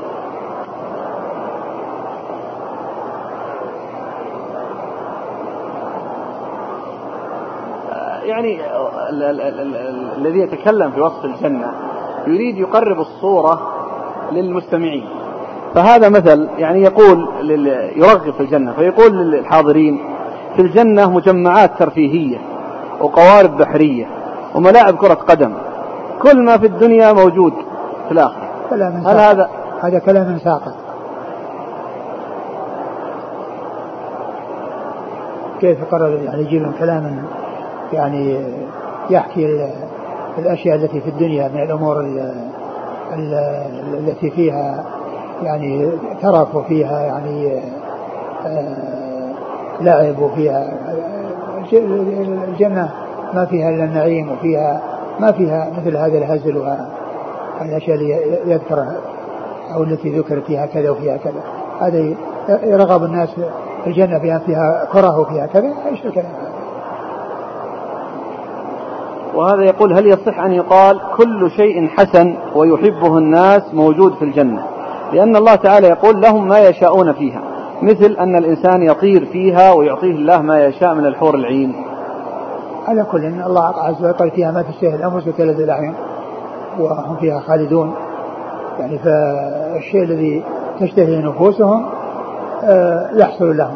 يعني الذي يتكلم في وصف الجنة يريد يقرب الصورة للمستمعين، فهذا مثل يعني يقول يرغب في الجنة، فيقول للحاضرين: في الجنة مجمعات ترفيهية وقوارب بحرية وملاعب كرة قدم، كل ما في الدنيا موجود في الآخرة. هل هذا هذا كلام ساقط؟ كيف قرر يعني يجيب من كلام يعني يحكي الأشياء التي في الدنيا من الأمور التي فيها يعني ترف وفيها يعني لعب وفيها الجنة ما فيها إلا النعيم، وفيها ما فيها مثل هذا الهزل والأشياء اللي يذكرها أو التي ذكرت فيها كذا وفيها كذا. هذا يرغب الناس في الجنة فيها فيها كره وفيها كذا، إيش الكلام هذا؟ وهذا يقول: هل يصح أن يقال كل شيء حسن ويحبه الناس موجود في الجنة؟ لأن الله تعالى يقول: لهم ما يشاءون فيها، مثل أن الإنسان يطير فيها ويعطيه الله ما يشاء من الحور العين. على كل إن الله عز وجل قال: فيها ما تشتهي الأنفس وتلذ الأعين وهم فيها خالدون. يعني فالشيء الذي تشتهي نفوسهم يحصل لهم.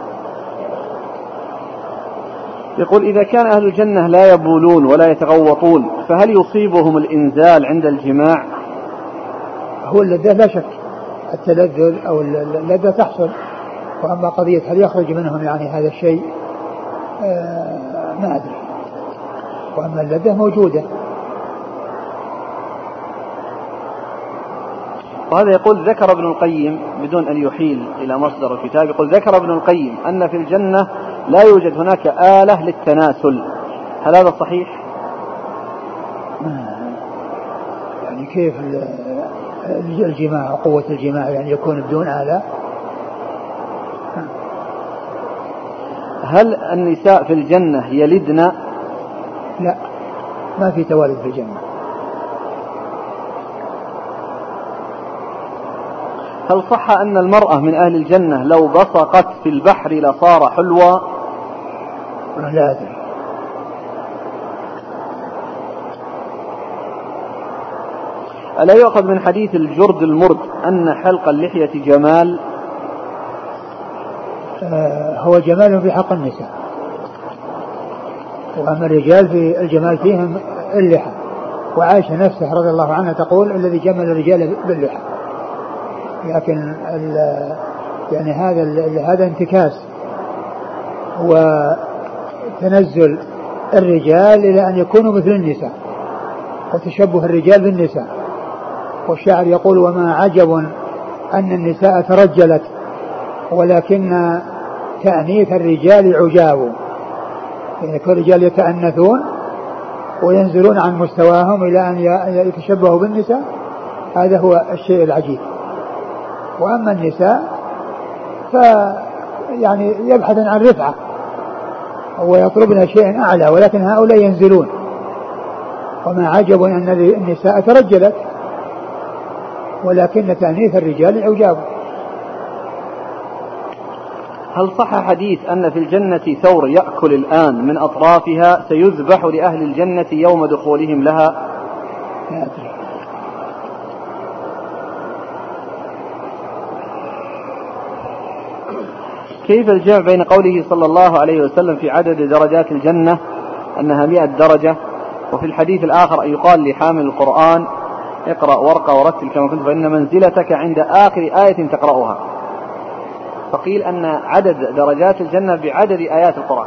يقول: إذا كان أهل الجنة لا يبولون ولا يتغوطون، فهل يصيبهم الإنزال عند الجماع؟ هو اللذة لا شك، التلذذ أو اللذة تحصل، وأما قضية هل يخرج منهم يعني هذا الشيء آه ما أدري، وأما اللذة موجودة. وهذا يقول: ذكر ابن القيم بدون أن يحيل إلى مصدر الكتاب، يقول: ذكر ابن القيم أن في الجنة لا يوجد هناك آلة للتناسل، هل هذا صحيح؟ يعني كيف الجماع قوة الجماع يعني يكون بدون آلة؟ هل النساء في الجنة يلدن؟ لا، ما في توالد في الجنة. هل صح أن المرأة من أهل الجنة لو بصقت في البحر لصار حلوى؟ لا أدري ألا يؤخذ من حديث الجرد المرد أن حلق اللحية جمال؟ آه هو جمال في حق النساء، وأما الرجال في الجمال فيهم اللحى، وعائشة نفسها رضي الله عنها تقول الذي جمل الرجال باللحى. لكن يعني هذا هذا انتكاس وتنزل الرجال إلى أن يكونوا مثل النساء، وتشبه الرجال بالنساء. والشاعر يقول: وما عجب أن النساء ترجلت ولكن تأنيث الرجال عجاب. يعني كل الرجال يتأنثون وينزلون عن مستواهم إلى أن يتشبهوا بالنساء، هذا هو الشيء العجيب. وأما النساء فيعني يبحثن عن رفعة ويطلبن شيئا أعلى، ولكن هؤلاء ينزلون. وما عجب أن النساء ترجلت ولكن تأنيث الرجال عجاب. هل صح حديث أن في الجنة ثور يأكل الآن من أطرافها سيذبح لأهل الجنة يوم دخولهم لها؟ كيف الجمع بين قوله صلى الله عليه وسلم في عدد درجات الجنة أنها مئة درجة، وفي الحديث الآخر أن يقال لحامل القرآن اقرأ وارقى ورتل كما كنت فإن منزلتك عند آخر آية تقرأها؟ فقيل أن عدد درجات الجنة بعدد آيات القرآن.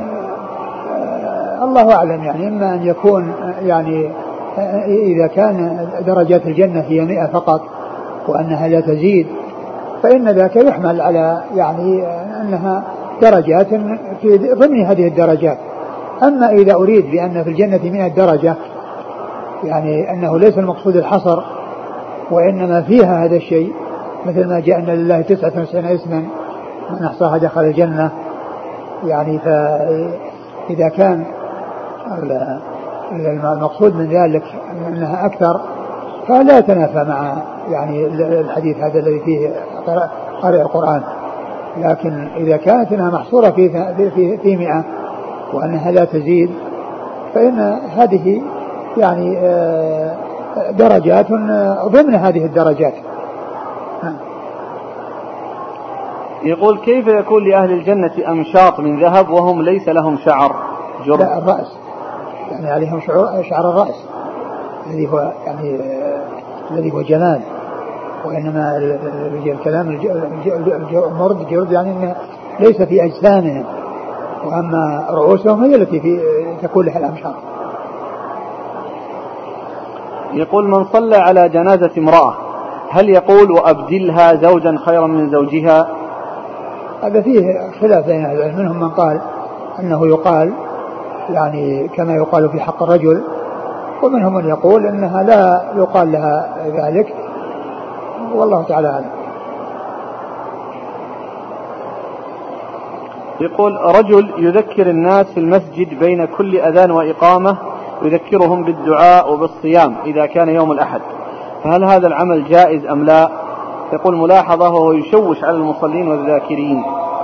الله أعلم، يعني إما أن يكون يعني إذا كان درجات الجنة هي مئة فقط وأنها لا تزيد فإن ذاك يحمل على يعني أنها درجات في ضمن هذه الدرجات. أما إذا أريد بأن في الجنة مئة درجة يعني أنه ليس المقصود الحصر وإنما فيها هذا الشيء، مثل ما جاء أن لله تسعة وتسعين اسما من أحصاها دخل الجنة. يعني فإذا كان المقصود من ذلك أنها أكثر فلا يتنافى مع يعني الحديث هذا الذي فيه قارئ القرآن. لكن إذا كانت أنها محصورة في في في مئة وأنها لا تزيد فإن هذه يعني درجات ضمن هذه الدرجات. يقول: كيف يكون لأهل الجنة أمشاط من ذهب وهم ليس لهم شعر جرد؟ لا، الرأس، يعني عليهم شعر الرأس الذي هو يعني الذي هو جمال. وإنما الكلام المرد جرد يعني إنه ليس في أجسامهم، وأما رؤوسهم هي التي في تكون لها الأمشاط. يقول: من صلى على جنازة امرأة هل يقول وأبدلها زوجا خيرا من زوجها؟ هذا فيه خلاف بين أهل العلم، منهم من قال أنه يقال يعني كما يقال في حق الرجل، ومنهم من يقول أنها لا يقال لها ذلك، والله تعالى أعلم. يقول: رجل يذكر الناس في المسجد بين كل أذان وإقامة، يذكرهم بالدعاء وبالصيام إذا كان يوم الأحد، فهل هذا العمل جائز أم لا؟ يقول: ملاحظة وهو يشوش على المصلين والذاكرين.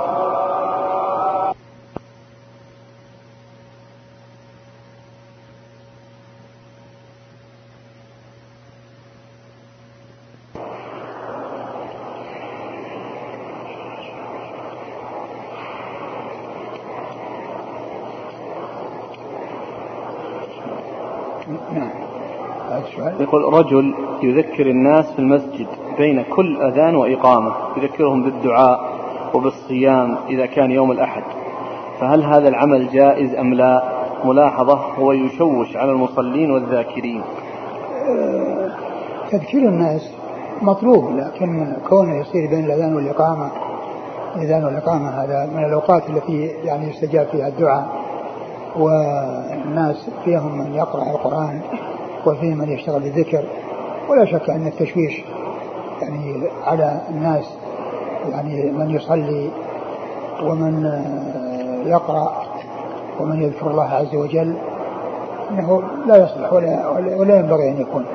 يقول: رجل يذكر الناس في المسجد بين كل أذان وإقامة، يذكرهم بالدعاء وبالصيام إذا كان يوم الأحد، فهل هذا العمل جائز أم لا؟ ملاحظة هو يشوش على المصلين والذاكرين. تذكير الناس مطلوب، لكن كونه يصير بين الأذان والإقامة الأذان والإقامة هذا من الأوقات التي يعني يستجاب فيها الدعاء، والناس فيهم من يقرأ القرآن وفيهم من يشتغل بالذكر، ولا شك أن التشويش يعني على الناس، يعني من يصلي ومن يقرأ ومن يذكر الله عز وجل أنه لا يصلح ولا, ولا ينبغي أن يكون.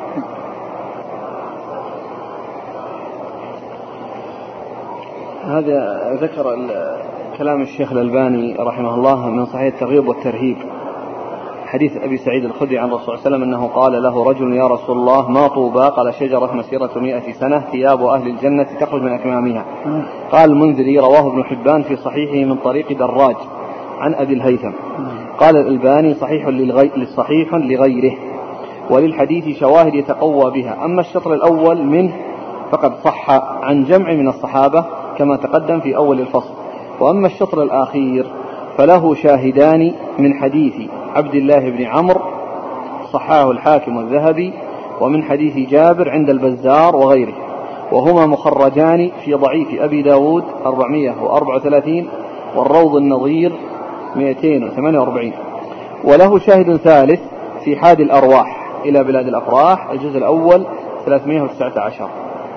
هذا ذكر كلام الشيخ الألباني رحمه الله من صحيح الترغيب والترهيب حديث أبي سعيد الخدري عن الرسول صلى الله عليه وسلم أنه قال له رجل يا رسول الله ما طوبى؟ قال شجرة مسيرة مئة سنة ثياب أهل الجنة تخرج من أكمامها. قال المنذري رواه ابن حبان في صحيحه من طريق دراج عن أبي الهيثم. قال الألباني صحيح للصحيح لغيره، وللحديث شواهد يتقوى بها. أما الشطر الأول منه فقد صح عن جمع من الصحابة كما تقدم في أول الفصل، وأما الشطر الأخير فله شاهدان من حديث عبد الله بن عمرو صححه الحاكم والذهبي، ومن حديث جابر عند البزار وغيره، وهما مخرجان في ضعيف أبي داود أربعمائة وأربعة وثلاثين والروض النظير مئتين وثمانية وأربعين. وله شاهد ثالث في حاد الأرواح إلى بلاد الأفراح الجزء الأول ثلاثمائة وتسعة عشر.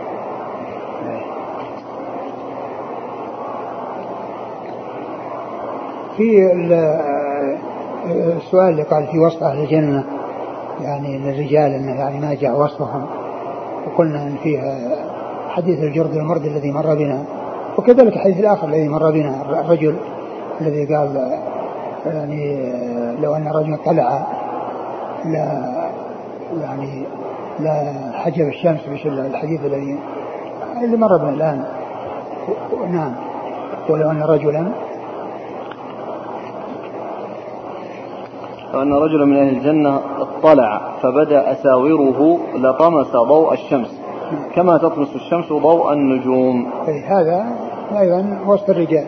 في السؤال اللي قال في وصف أهل الجنة يعني الرجال أنه يعني ما جاء وصفهم، وقلنا أن فيها حديث الجرد والمرد الذي مر بنا، وكذلك الحديث الآخر الذي مر بنا الرجل الذي قال يعني لو أن رجل طلع لا يعني لا حجب الشمس بشل الحديث الذي اللي مر بنا الآن. نعم. ولو أن رجلا وأن رجلا من أهل الجنة اطلع فبدأ أساوره لطمس ضوء الشمس كما تطمس الشمس ضوء النجوم. هذا أيضا وسط الرجال.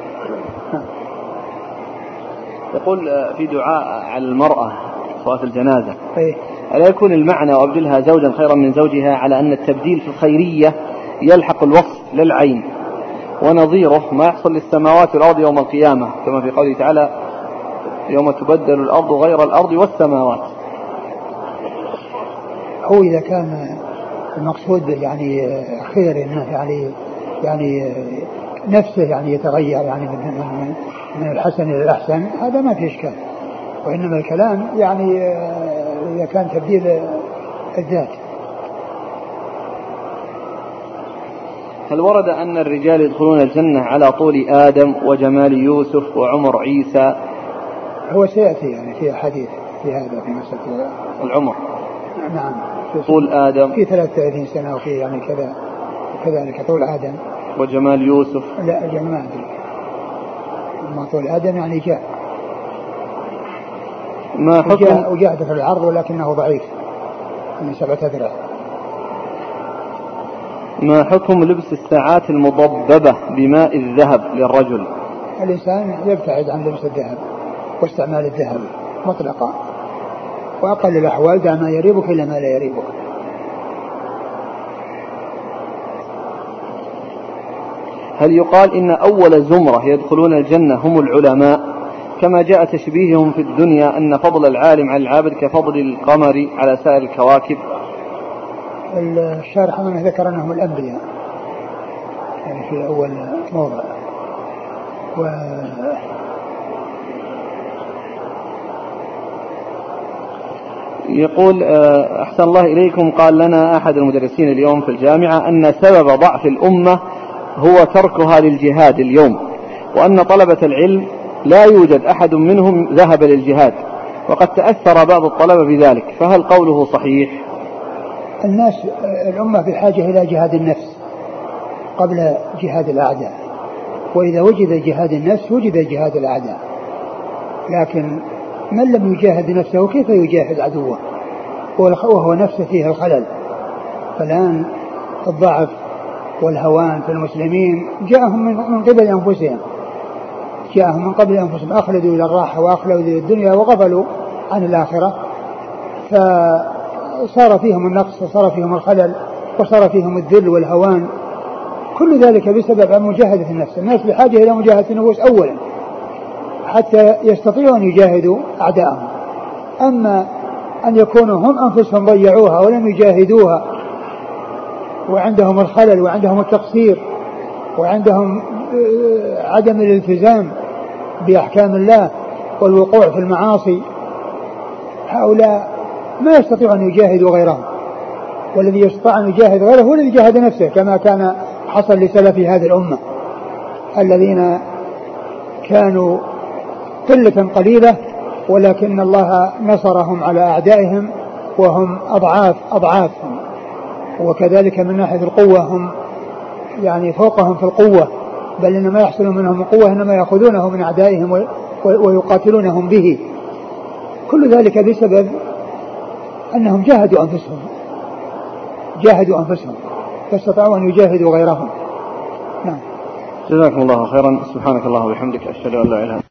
يقول في دعاء على المرأة صلاة الجنازة أيه. ألا يكون المعنى وأبدلها زوجا خيرا من زوجها على أن التبديل في الخيرية يلحق الوصف للعين، ونظيره ما يحصل للسماوات والأرض يوم القيامة كما في قوله تعالى يوم تبدل الأرض غير الأرض والسماوات. هو إذا كان المقصود يعني خير يعني يعني نفسه يعني يتغير يعني من من الحسن إلى الأحسن هذا ما في إشكال، وإنما الكلام يعني إذا كان تبديل الذات. هل ورد أن الرجال يدخلون الجنة على طول آدم وجمال يوسف وعمر عيسى؟ هو سيأتي يعني في حديث في هذا في مسألة العمر. نعم. طول آدم في ثلاثة وثلاثين سنة وفي يعني كذا وكذلك طول آدم. وجمال يوسف لا جمال ما طول آدم يعني جاء ما حكم وجاء في العرض ولكنه ضعيف من سبعة أذرع. ما حكم لبس الساعات المضببة بماء الذهب للرجل؟ الإنسان يبتعد عن لبس الذهب واستعمال الذهب مطلقا، وأقل الأحوال دع ما يريبك إلا ما لا يريبك. هل يقال إن أول زمرة يدخلون الجنة هم العلماء كما جاء تشبيههم في الدنيا أن فضل العالم على العابد كفضل القمر على سائر الكواكب؟ الشارح من ذكر أنهم الأنبياء يعني في أول موضع. و يقول أحسن الله إليكم، قال لنا أحد المدرسين اليوم في الجامعة أن سبب ضعف الأمة هو تركها للجهاد اليوم، وأن طلبة العلم لا يوجد أحد منهم ذهب للجهاد، وقد تأثر بعض الطلبة بذلك، فهل قوله صحيح؟ الناس الأمة بحاجة إلى جهاد النفس قبل جهاد الأعداء، وإذا وجد جهاد النفس وجد جهاد الأعداء، لكن من لم يجاهد نفسه كيف يجاهد عدوه وهو نفسه فيه الخلل؟ فالآن الضعف والهوان في المسلمين جاءهم من قبل أنفسهم، جاءهم من قبل أنفسهم، أخلدوا إلى الراحة وأخلدوا إلى الدنيا وغفلوا عن الآخرة، فصار فيهم النقص وصار فيهم الخلل وصار فيهم الذل والهوان، كل ذلك بسبب مجاهدة النفس. الناس بحاجة إلى مجاهدة النفوس أولا حتى يستطيعوا أن يجاهدوا أعداءهم. أما أن يكونوا هم أنفسهم ضيعوها ولم يجاهدوها وعندهم الخلل وعندهم التقصير وعندهم عدم الالتزام بأحكام الله والوقوع في المعاصي، هؤلاء ما يستطيعوا أن يجاهدوا غيرهم، والذي يستطيع أن يجاهد غيره هو الذي جاهد نفسه، كما كان حصل لسلف هذه الأمة الذين كانوا قلة قليلة ولكن الله نصرهم على أعدائهم وهم أضعاف أضعافهم، وكذلك من ناحية القوة هم يعني فوقهم في القوة، بل إنما يحصل منهم القوة إنما يأخذونه من أعدائهم ويقاتلونهم به. كل ذلك بسبب أنهم جاهدوا أنفسهم جاهدوا أنفسهم فاستطاعوا أن يجاهدوا غيرهم. نعم. جزاكم الله خيرا. سبحانك اللهم وبحمدك، أشهد أن لا إله إلا أنت.